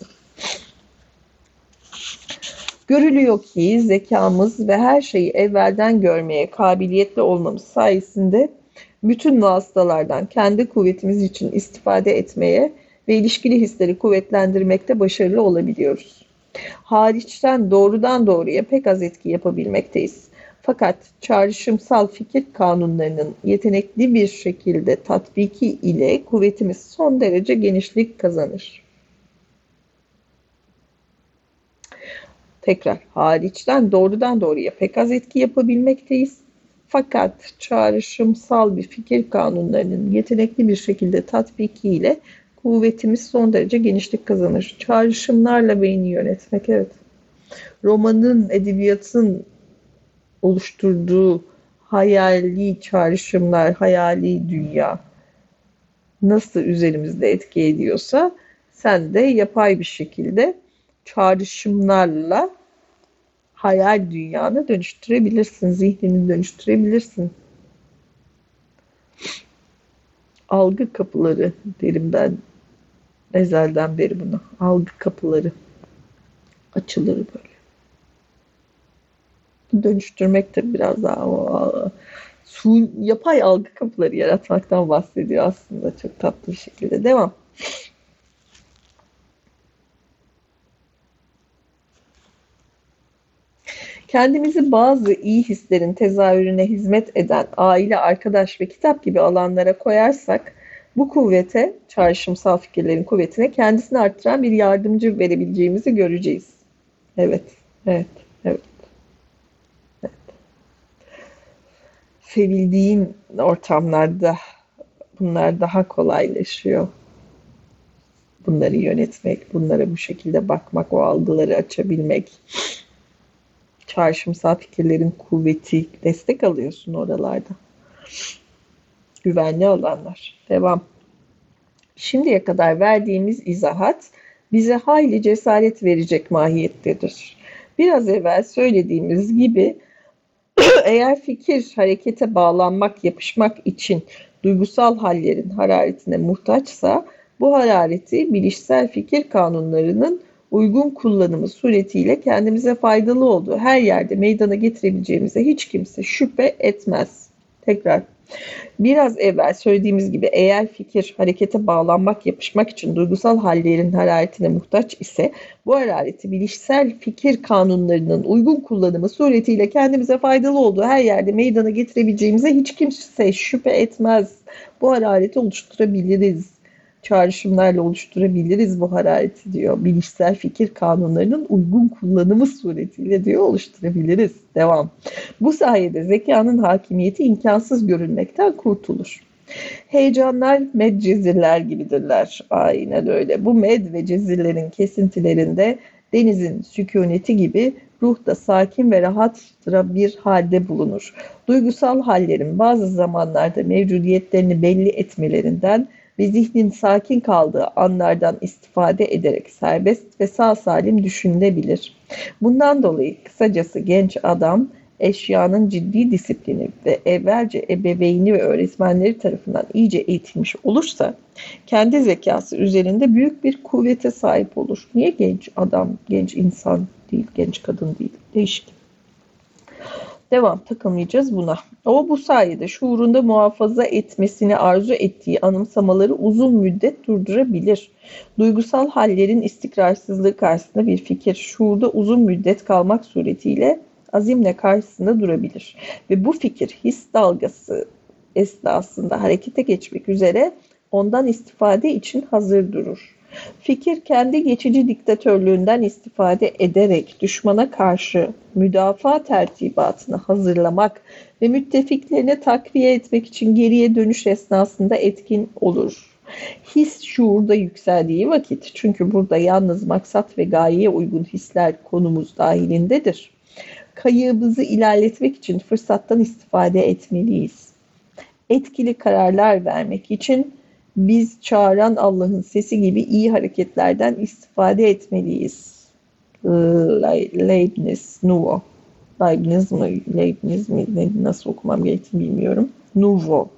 Görülüyor ki zekamız ve her şeyi evvelden görmeye kabiliyetli olmamız sayesinde bütün vasıtalardan kendi kuvvetimiz için istifade etmeye ve ilişkili hisleri kuvvetlendirmekte başarılı olabiliyoruz. Hariçten doğrudan doğruya pek az etki yapabilmekteyiz. Fakat çağrışımsal fikir kanunlarının yetenekli bir şekilde tatbiki ile kuvvetimiz son derece genişlik kazanır. Tekrar, hariçten doğrudan doğruya pek az etki yapabilmekteyiz. Fakat çağrışımsal bir fikir kanunlarının yetenekli bir şekilde tatbiki ile kuvvetimiz son derece genişlik kazanır. Çağrışımlarla beyni yönetmek, evet. Romanın, edebiyatın oluşturduğu hayali çağrışımlar, hayali dünya nasıl üzerimizde etki ediyorsa sen de yapay bir şekilde çağrışımlarla hayal dünyanı dönüştürebilirsin, zihnini dönüştürebilirsin. Algı kapıları derim ben ezelden beri buna. Algı kapıları açılır böyle. Dönüştürmek de biraz daha yapay algı kapıları yaratmaktan bahsediyor aslında çok tatlı bir şekilde. Devam. Kendimizi bazı iyi hislerin tezahürüne hizmet eden aile, arkadaş ve kitap gibi alanlara koyarsak, bu kuvvete, çağrışımsal fikirlerin kuvvetine kendisini arttıran bir yardımcı verebileceğimizi göreceğiz. Evet, evet, evet. Sevildiğin ortamlarda bunlar daha kolaylaşıyor. Bunları yönetmek, bunlara bu şekilde bakmak, o algıları açabilmek. Çağrışımsal fikirlerin kuvveti, destek alıyorsun oralarda. Güvenli alanlar. Devam. Şimdiye kadar verdiğimiz izahat bize hayli cesaret verecek mahiyettedir. Biraz evvel söylediğimiz gibi eğer fikir harekete bağlanmak, yapışmak için duygusal hallerin hararetine muhtaçsa, bu harareti bilişsel fikir kanunlarının uygun kullanımı suretiyle kendimize faydalı olduğu her yerde meydana getirebileceğimize hiç kimse şüphe etmez. Tekrar, Biraz evvel söylediğimiz gibi eğer fikir harekete bağlanmak, yapışmak için duygusal hallerin hararetine muhtaç ise bu harareti bilişsel fikir kanunlarının uygun kullanımı suretiyle kendimize faydalı olduğu her yerde meydana getirebileceğimize hiç kimse şüphe etmez. Bu harareti oluşturabiliriz. Çağrışımlarla oluşturabiliriz bu harareti diyor. Bilişsel fikir kanunlarının uygun kullanımı suretiyle diyor oluşturabiliriz. Devam. Bu sayede zekanın hakimiyeti imkansız görünmekten kurtulur. Heyecanlar medcezirler gibidirler. Aynen öyle. Bu med ve cezirlerin kesintilerinde denizin sükuneti gibi ruh da sakin ve rahat bir halde bulunur. Duygusal hallerin bazı zamanlarda mevcudiyetlerini belli etmelerinden ve zihnin sakin kaldığı anlardan istifade ederek serbest ve sağ salim düşünülebilir. Bundan dolayı kısacası genç adam eşyanın ciddi disiplini ve evvelce ebeveyni ve öğretmenleri tarafından iyice eğitilmiş olursa kendi zekası üzerinde büyük bir kuvvete sahip olur. Niye genç adam, genç insan değil, genç kadın değil? Değişik. Devam, takılmayacağız buna. O bu sayede şuurunda muhafaza etmesini arzu ettiği anımsamaları uzun müddet durdurabilir. Duygusal hallerin istikrarsızlığı karşısında bir fikir şuurda uzun müddet kalmak suretiyle azimle karşısında durabilir. Ve bu fikir his dalgası esnasında harekete geçmek üzere ondan istifade için hazır durur. Fikir kendi geçici diktatörlüğünden istifade ederek düşmana karşı müdafaa tertibatını hazırlamak ve müttefiklerine takviye etmek için geriye dönüş esnasında etkin olur. His şuurda yükseldiği vakit, çünkü burada yalnız maksat ve gayeye uygun hisler konumuz dahilindedir. Kayığımızı ilerletmek için fırsattan istifade etmeliyiz. Etkili kararlar vermek için biz çağıran Allah'ın sesi gibi iyi hareketlerden istifade etmeliyiz. Leibniz, Nuvo. Leibniz mi? Nasıl okumam gerektiğini bilmiyorum. Nuvo.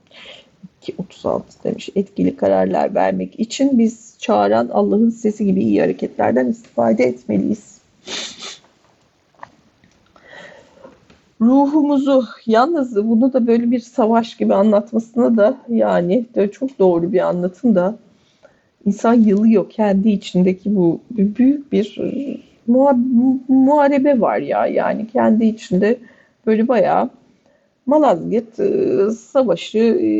236 demiş. Etkili kararlar vermek için biz çağıran Allah'ın sesi gibi iyi hareketlerden istifade etmeliyiz. Ruhumuzu, yalnız bunu da böyle bir savaş gibi anlatmasına da yani de çok doğru bir anlatım da insan yılıyor kendi içindeki bu büyük bir muharebe var ya, yani kendi içinde böyle bayağı Malazgirt Savaşı,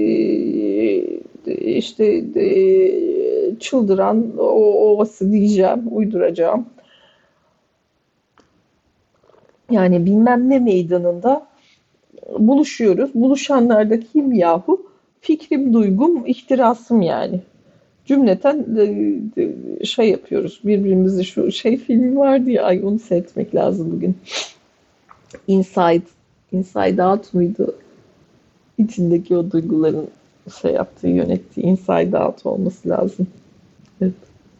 işte çıldıran ovası diyeceğim, uyduracağım. Yani bilmem ne meydanında buluşuyoruz. Buluşanlar da kim yahu? Fikrim, duygum, ihtirasım yani. Cümleten şey yapıyoruz. Birbirimizi şu şey filmi vardı ya, ay onu seyretmek lazım bugün. Inside, Inside Out muydu? İçindeki o duyguların şey yaptığı, yönettiği Inside Out olması lazım. Evet.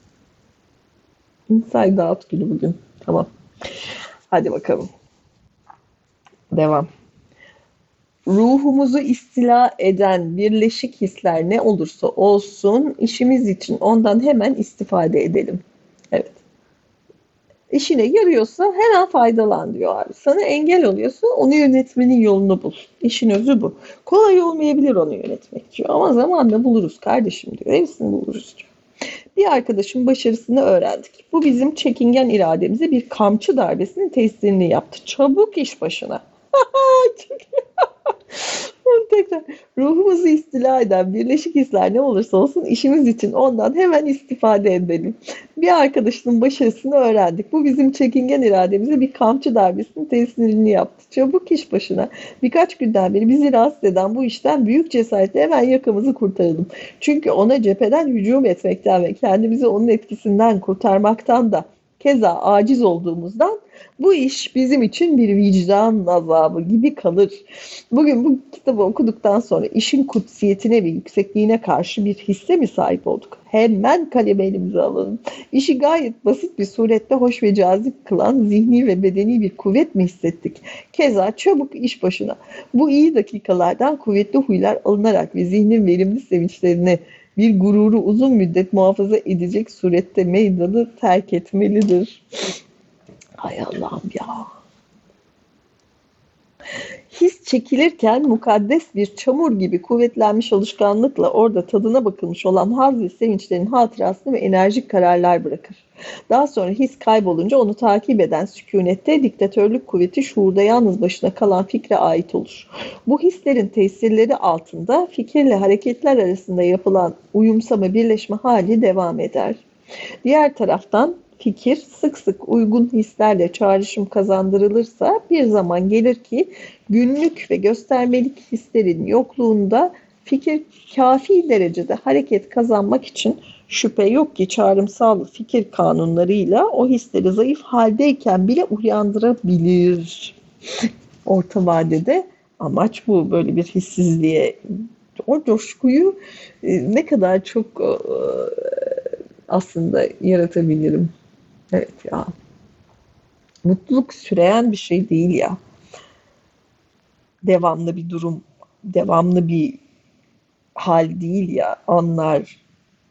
Inside Out günü bugün. Tamam. Hadi bakalım. Devam. Ruhumuzu istila eden birleşik hisler ne olursa olsun işimiz için ondan hemen istifade edelim. Evet. İşine yarıyorsa hemen faydalan diyor abi. Sana engel oluyorsa onu yönetmenin yolunu bul. İşin özü bu. Kolay olmayabilir onu yönetmek diyor ama zamanla buluruz kardeşim diyor. Hepsini buluruz diyor. Bir arkadaşın başarısını öğrendik. Bu bizim çekingen irademize bir kamçı darbesinin tesirini yaptı. Çabuk iş başına. Tekrar ruhumuzu istila eden birleşik hisler ne olursa olsun işimiz için ondan hemen istifade edelim. Bir arkadaşının başarısını öğrendik. Bu bizim çekingen irademize bir kamçı darbesinin tesirini yaptı. Çabuk iş başına. Birkaç günden beri bizi rahatsız eden bu işten büyük cesaretle hemen yakamızı kurtaralım. Çünkü ona cepheden hücum etmekten ve kendimizi onun etkisinden kurtarmaktan da keza aciz olduğumuzdan bu iş bizim için bir vicdan azabı gibi kalır. Bugün bu kitabı okuduktan sonra işin kutsiyetine ve yüksekliğine karşı bir hisse mi sahip olduk? Hemen kalemi elimize alalım. İşi gayet basit bir surette hoş ve cazip kılan zihni ve bedeni bir kuvvet mi hissettik? Keza çabuk iş başına. Bu iyi dakikalardan kuvvetli huylar alınarak ve zihnin verimli sevinçlerini bir gururu uzun müddet muhafaza edecek surette meydanı terk etmelidir. Hay Allah'ım ya. His çekilirken mukaddes bir çamur gibi kuvvetlenmiş alışkanlıkla orada tadına bakılmış olan haz ve sevinçlerin hatırasını ve enerjik kararlar bırakır. Daha sonra his kaybolunca onu takip eden sükunette diktatörlük kuvveti şuurda yalnız başına kalan fikre ait olur. Bu hislerin tesirleri altında fikirle hareketler arasında yapılan uyumsama birleşme hali devam eder. Diğer taraftan fikir sık sık uygun hislerle çağrışım kazandırılırsa bir zaman gelir ki günlük ve göstermelik hislerin yokluğunda fikir kafi derecede hareket kazanmak için şüphe yok ki çağrımsal fikir kanunlarıyla o hisleri zayıf haldeyken bile uyandırabilir. Orta vadede amaç bu. Böyle bir hissizliğe, o coşkuyu ne kadar çok aslında yaratabilirim. Evet ya. Mutluluk süreyen bir şey değil ya. Devamlı bir durum, devamlı bir hal değil ya, anlar.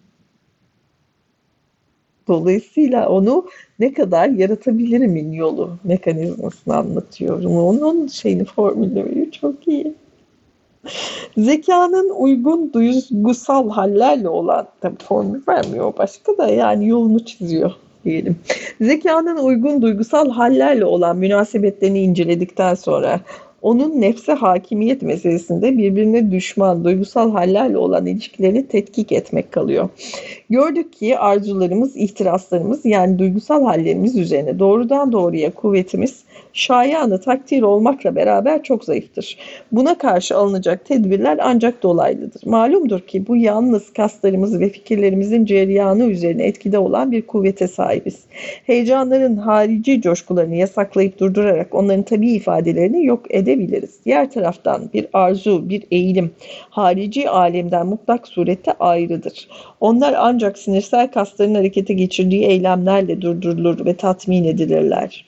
Dolayısıyla onu ne kadar yaratabilirimin yolu, mekanizmasını anlatıyorum. Onun şeyini formülü veriyor. Çok iyi. Zekanın uygun duygusal hallerle olan, tabii formül vermiyor başka da, yani yolunu çiziyor diyelim. Zekanın uygun duygusal hallerle olan münasebetlerini inceledikten sonra onun nefse hakimiyet meselesinde birbirine düşman duygusal hallerle olan ilişkilerini tetkik etmek kalıyor. Gördük ki arzularımız, ihtiraslarımız yani duygusal hallerimiz üzerine doğrudan doğruya kuvvetimiz şayanı takdir olmakla beraber çok zayıftır. Buna karşı alınacak tedbirler ancak dolaylıdır. Malumdur ki bu yalnız kaslarımız ve fikirlerimizin cereyanı üzerine etkide olan bir kuvvete sahibiz. Heyecanların harici coşkularını yasaklayıp durdurarak onların tabii ifadelerini yok edebiliriz. Diğer taraftan bir arzu, bir eğilim harici alemden mutlak surette ayrıdır. Onlar ancak sinirsel kasların harekete geçirdiği eylemlerle durdurulur ve tatmin edilirler.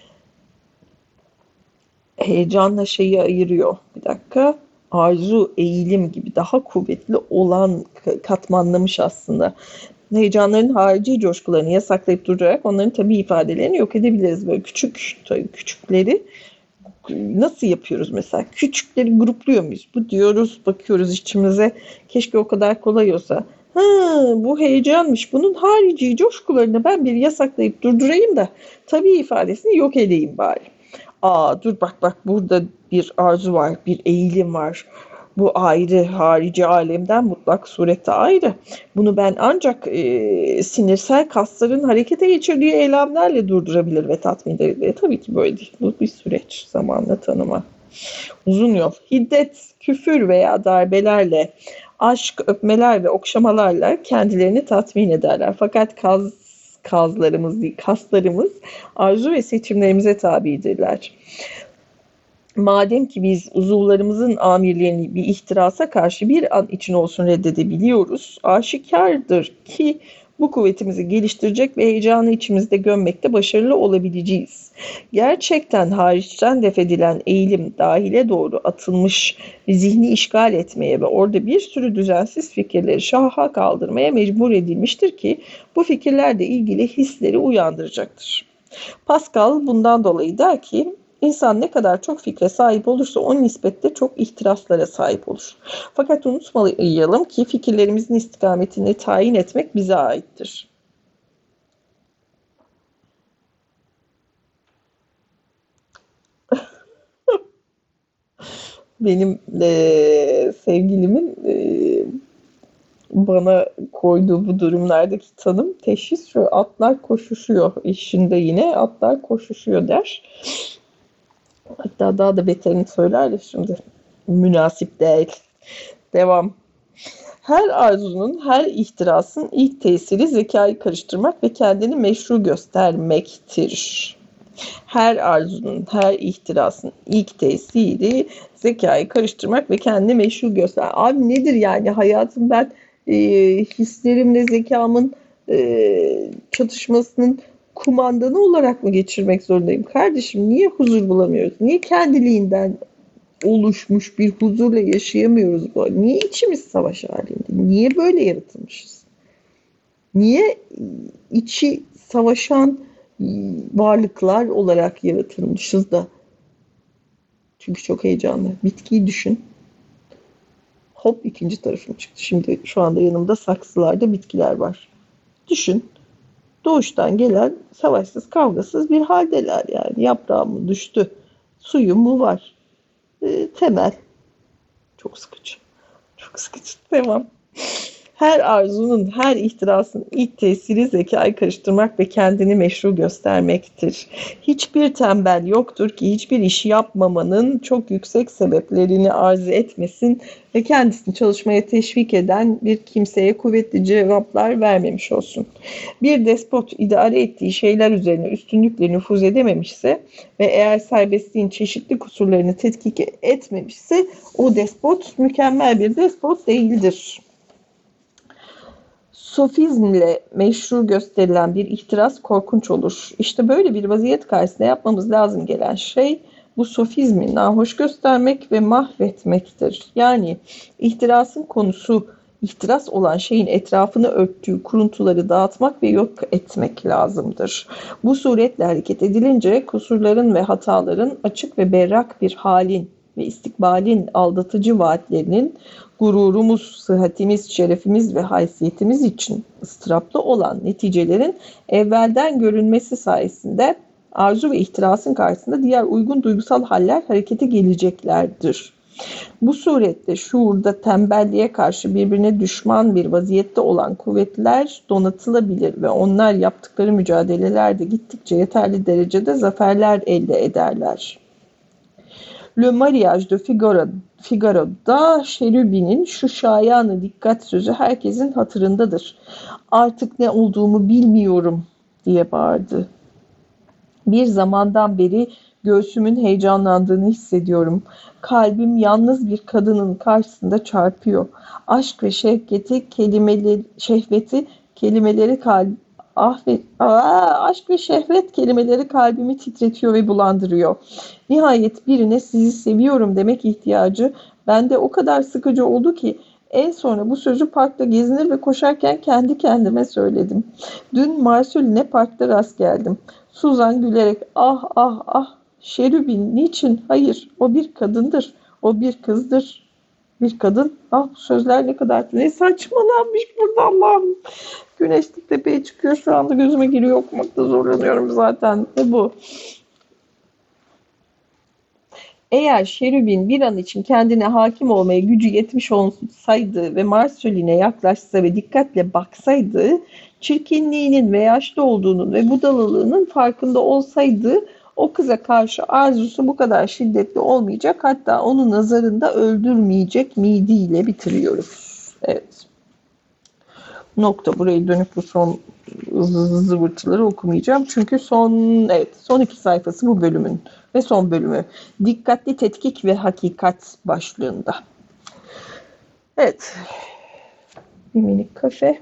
Heyecanla şeyi ayırıyor. Bir dakika. Arzu, eğilim gibi daha kuvvetli olan katmanlamış aslında. Heyecanların harici coşkularını yasaklayıp durdurarak onların tabii ifadelerini yok edebiliriz. Böyle küçükleri nasıl yapıyoruz mesela? Küçükleri grupluyor muyuz? Bu diyoruz, bakıyoruz içimize. Keşke o kadar kolay olsa. Ha, bu heyecanmış. Bunun harici coşkularını ben bir yasaklayıp durdurayım da tabii ifadesini yok edeyim bari. Aa, dur bak bak, burada bir arzu var, bir eğilim var. Bu ayrı, harici alemden mutlak surette ayrı. Bunu ben ancak sinirsel kasların harekete geçirdiği eylemlerle durdurabilir ve tatmin edebilir. Tabii ki böyle değil. Bu bir süreç, zamanla tanıma. Uzun yol. Hiddet, küfür veya darbelerle, aşk, öpmeler ve okşamalarla kendilerini tatmin ederler. Fakat kazlarımız değil, kaslarımız arzu ve seçimlerimize tabidirler. Madem ki biz uzuvlarımızın amirlerini bir ihtirasa karşı bir an için olsun reddedebiliyoruz, aşikardır ki bu kuvvetimizi geliştirecek ve heyecanı içimizde gömmekte başarılı olabileceğiz. Gerçekten hariçten defedilen eğilim dahile doğru atılmış zihni işgal etmeye ve orada bir sürü düzensiz fikirleri şaha kaldırmaya mecbur edilmiştir ki bu fikirlerle ilgili hisleri uyandıracaktır. Pascal bundan dolayı der ki İnsan ne kadar çok fikre sahip olursa o nispetle çok ihtiraslara sahip olur. Fakat unutmayalım ki fikirlerimizin istikametini tayin etmek bize aittir. Benim sevgilimin bana koyduğu bu durumlardaki tanım, teşhis şu: atlar koşuşuyor işinde, yine atlar koşuşuyor der. Hatta daha da beterini söyler de şimdi münasip değil. Devam. Her arzunun, her ihtirasın ilk tesiri zekayı karıştırmak ve kendini meşru göstermektir. Her arzunun, her ihtirasın ilk tesiri zekayı karıştırmak ve kendini meşru göster. Abi nedir yani hayatım, ben hislerimle zekamın çatışmasının kumandanı olarak mı geçirmek zorundayım? Kardeşim, niye huzur bulamıyoruz? Niye kendiliğinden oluşmuş bir huzurla yaşayamıyoruz bu? Niye içimiz savaş halinde? Niye böyle yaratılmışız? Niye içi savaşan varlıklar olarak yaratılmışız da Çünkü çok heyecanlı. Bitkiyi düşün. Hop ikinci tarafım çıktı. Şimdi şu anda yanımda saksılarda bitkiler var. Düşün. Doğuştan gelen savaşsız kavgasız bir haldeler yani. Yaprağı mı düştü? Suyu mu var? Temel. Çok sıkıcı. Çok sıkıcı. Devam. Her arzunun, her ihtirasın ilk tesiri zekayı karıştırmak ve kendini meşru göstermektir. Hiçbir tembel yoktur ki hiçbir işi yapmamanın çok yüksek sebeplerini arz etmesin ve kendisini çalışmaya teşvik eden bir kimseye kuvvetli cevaplar vermemiş olsun. Bir despot idare ettiği şeyler üzerine üstünlükle nüfuz edememişse ve eğer serbestliğin çeşitli kusurlarını tetkik etmemişse o despot mükemmel bir despot değildir. Sofizmle meşru gösterilen bir ihtiras korkunç olur. İşte böyle bir vaziyet karşısında yapmamız lazım gelen şey bu sofizmi nahoş göstermek ve mahvetmektir. Yani ihtirasın konusu ihtiras olan şeyin etrafını örttüğü kuruntuları dağıtmak ve yok etmek lazımdır. Bu suretle hareket edilince kusurların ve hataların açık ve berrak bir halin ve istikbalin aldatıcı vaatlerinin gururumuz, sıhhatimiz, şerefimiz ve haysiyetimiz için ıstıraplı olan neticelerin evvelden görünmesi sayesinde arzu ve ihtirasın karşısında diğer uygun duygusal haller harekete geleceklerdir. Bu surette şuurda tembelliğe karşı birbirine düşman bir vaziyette olan kuvvetler donatılabilir ve onlar yaptıkları mücadelelerde gittikçe yeterli derecede zaferler elde ederler. Le Mariage de Figaro'da Cherubin'in şu şayanı dikkat sözü herkesin hatırındadır. Artık ne olduğumu bilmiyorum diye bağırdı. Bir zamandan beri göğsümün heyecanlandığını hissediyorum. Kalbim yalnız bir kadının karşısında çarpıyor. Aşk ve kelimeleri aşk ve şehvet kelimeleri kalbimi titretiyor ve bulandırıyor. Nihayet birine sizi seviyorum demek ihtiyacı bende o kadar sıkıcı oldu ki en sonra bu sözü parkta gezinir ve koşarken kendi kendime söyledim. Dün Marceline parkta rast geldim. Suzan gülerek ah ah ah Cherubin niçin? Hayır o bir kadındır. O bir kızdır. Bir kadın. Ah bu sözler ne kadar ne saçmalanmış burada Allah'ım. Güneşlik tepeye çıkıyor şu anda gözüme giriyor okumakta zorlanıyorum zaten. Bu. Eğer Cherubin bir an için kendine hakim olmaya gücü yetmiş olsaydı ve Marceline yaklaşsa ve dikkatle baksaydı, çirkinliğinin ve yaşlı olduğunun ve budalılığının farkında olsaydı, o kıza karşı arzusu bu kadar şiddetli olmayacak, hatta onu nazarında öldürmeyecek midiyle bitiriyoruz. Evet. Nokta. Burayı dönüp bu son zıvırtıları okumayacağım. Çünkü son iki sayfası bu bölümün ve son bölümü. Dikkatli tetkik ve hakikat başlığında. Evet. Bir minik kafe.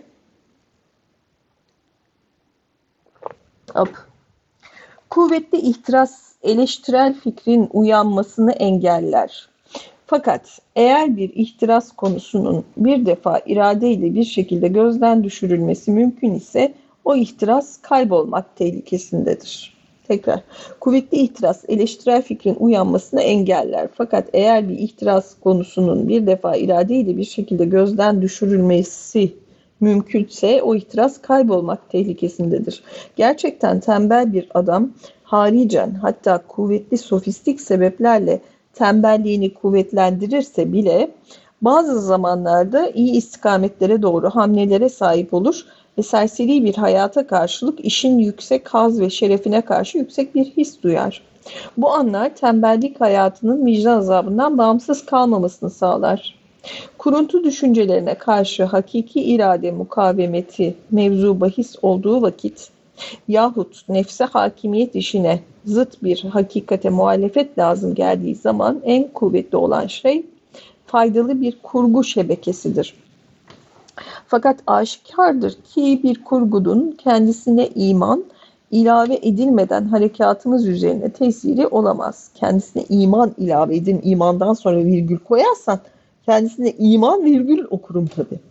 Kuvvetli ihtiras eleştirel fikrin uyanmasını engeller. Fakat eğer bir ihtiras konusunun bir defa iradeyle bir şekilde gözden düşürülmesi mümkün ise o ihtiras kaybolmak tehlikesindedir. Tekrar, kuvvetli ihtiras eleştirel fikrin uyanmasını engeller. Fakat eğer bir ihtiras konusunun bir defa iradeyle bir şekilde gözden düşürülmesi mümkünse o ihtiras kaybolmak tehlikesindedir. Gerçekten tembel bir adam haricen hatta kuvvetli sofistik sebeplerle tembelliğini kuvvetlendirirse bile bazı zamanlarda iyi istikametlere doğru hamlelere sahip olur ve serseri bir hayata karşılık işin yüksek haz ve şerefine karşı yüksek bir his duyar. Bu anlar tembellik hayatının vicdan azabından bağımsız kalmamasını sağlar. Kuruntu düşüncelerine karşı hakiki irade mukavemeti mevzu bahis olduğu vakit yahut nefse hakimiyet işine zıt bir hakikate muhalefet lazım geldiği zaman en kuvvetli olan şey faydalı bir kurgu şebekesidir. Fakat aşikardır ki bir kurgunun kendisine iman ilave edilmeden harekatımız üzerine tesiri olamaz. Kendisine iman ilave edin, imandan sonra virgül koyarsan kendisine iman virgül okurum tabii.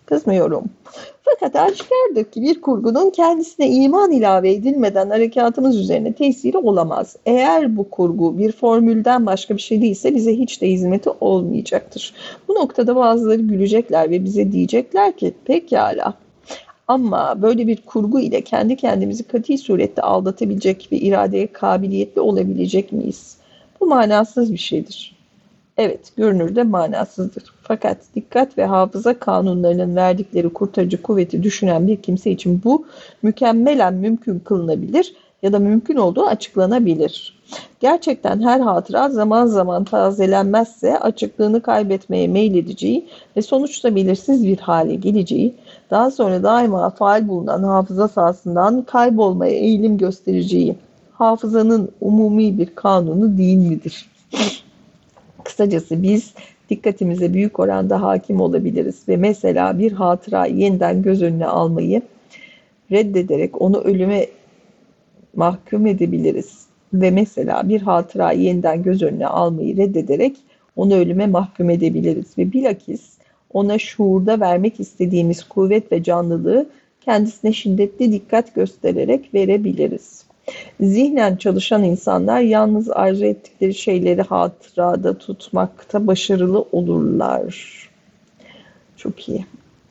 Kızmıyorum. Fakat aşikardır ki bir kurgunun kendisine iman ilave edilmeden harekatımız üzerine tesiri olamaz. Eğer bu kurgu bir formülden başka bir şey değilse bize hiç de hizmeti olmayacaktır. Bu noktada bazıları gülecekler ve bize diyecekler ki pekala. Ama böyle bir kurgu ile kendi kendimizi kati surette aldatabilecek ve iradeye kabiliyetli olabilecek miyiz? Bu manasız bir şeydir. Evet, görünürde manasızdır. Fakat dikkat ve hafıza kanunlarının verdikleri kurtarıcı kuvveti düşünen bir kimse için bu mükemmelen mümkün kılınabilir ya da mümkün olduğu açıklanabilir. Gerçekten her hatıra zaman zaman tazelenmezse açıklığını kaybetmeye meyledeceği ve sonuçta belirsiz bir hale geleceği, daha sonra daima faal bulunan hafıza sahasından kaybolmaya eğilim göstereceği hafızanın umumi bir kanunu değil midir? Kısacası biz dikkatimize büyük oranda hakim olabiliriz ve mesela bir hatırayı yeniden göz önüne almayı reddederek onu ölüme mahkum edebiliriz. Ve mesela bir hatırayı yeniden göz önüne almayı reddederek onu ölüme mahkum edebiliriz. Ve bilakis ona şuurda vermek istediğimiz kuvvet ve canlılığı kendisine şiddetli dikkat göstererek verebiliriz. Zihnen çalışan insanlar yalnız arzu ettikleri şeyleri hatırada tutmakta başarılı olurlar. Çok iyi.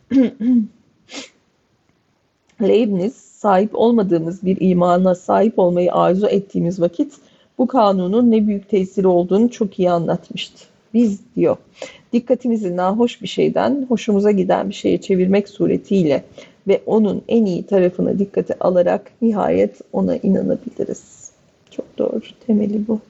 Leibniz, sahip olmadığımız bir imana sahip olmayı arzu ettiğimiz vakit bu kanunun ne büyük tesiri olduğunu çok iyi anlatmıştı. Biz, diyor, dikkatimizi nahoş bir şeyden hoşumuza giden bir şeye çevirmek suretiyle ve onun en iyi tarafını dikkate alarak nihayet ona inanabiliriz. Çok doğru, temeli bu.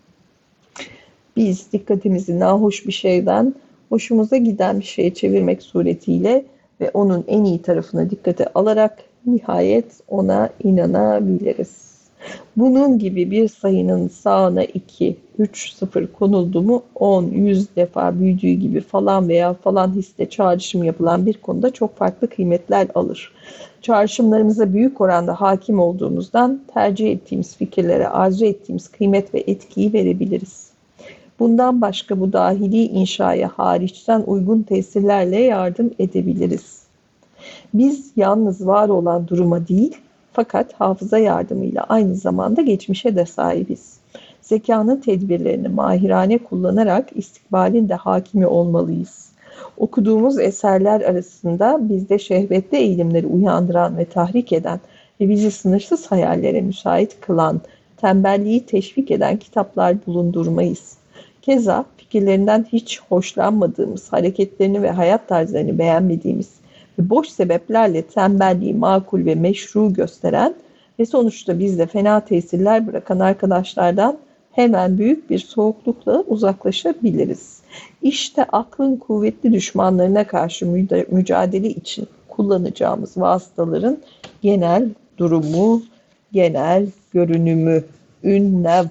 Biz dikkatimizi nahoş bir şeyden hoşumuza giden bir şeye çevirmek suretiyle ve onun en iyi tarafını dikkate alarak nihayet ona inanabiliriz. Bunun gibi bir sayının sağına 2, 3, 0 konuldu mu 10, 100 defa büyüdüğü gibi falan veya falan hisse çağrışım yapılan bir konuda çok farklı kıymetler alır. Çağrışımlarımıza büyük oranda hakim olduğumuzdan tercih ettiğimiz fikirlere arzu ettiğimiz kıymet ve etkiyi verebiliriz. Bundan başka bu dahili inşaya hariçten uygun tesirlerle yardım edebiliriz. Biz yalnız var olan duruma değil, fakat hafıza yardımıyla aynı zamanda geçmişe de sahibiz. Zekanın tedbirlerini mahirane kullanarak istikbalin de hakimi olmalıyız. Okuduğumuz eserler arasında bizde şehvetli eğilimleri uyandıran ve tahrik eden ve bizi sınırsız hayallere müsait kılan, tembelliği teşvik eden kitaplar bulundurmayız. Keza fikirlerinden hiç hoşlanmadığımız, hareketlerini ve hayat tarzlarını beğenmediğimiz ve boş sebeplerle tembelliği makul ve meşru gösteren ve sonuçta bizde fena tesirler bırakan arkadaşlardan hemen büyük bir soğuklukla uzaklaşabiliriz. İşte aklın kuvvetli düşmanlarına karşı mücadele için kullanacağımız vasıtaların genel durumu, genel görünümü, ünlem.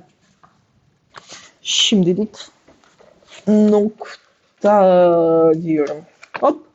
Şimdilik nokta diyorum. Hop.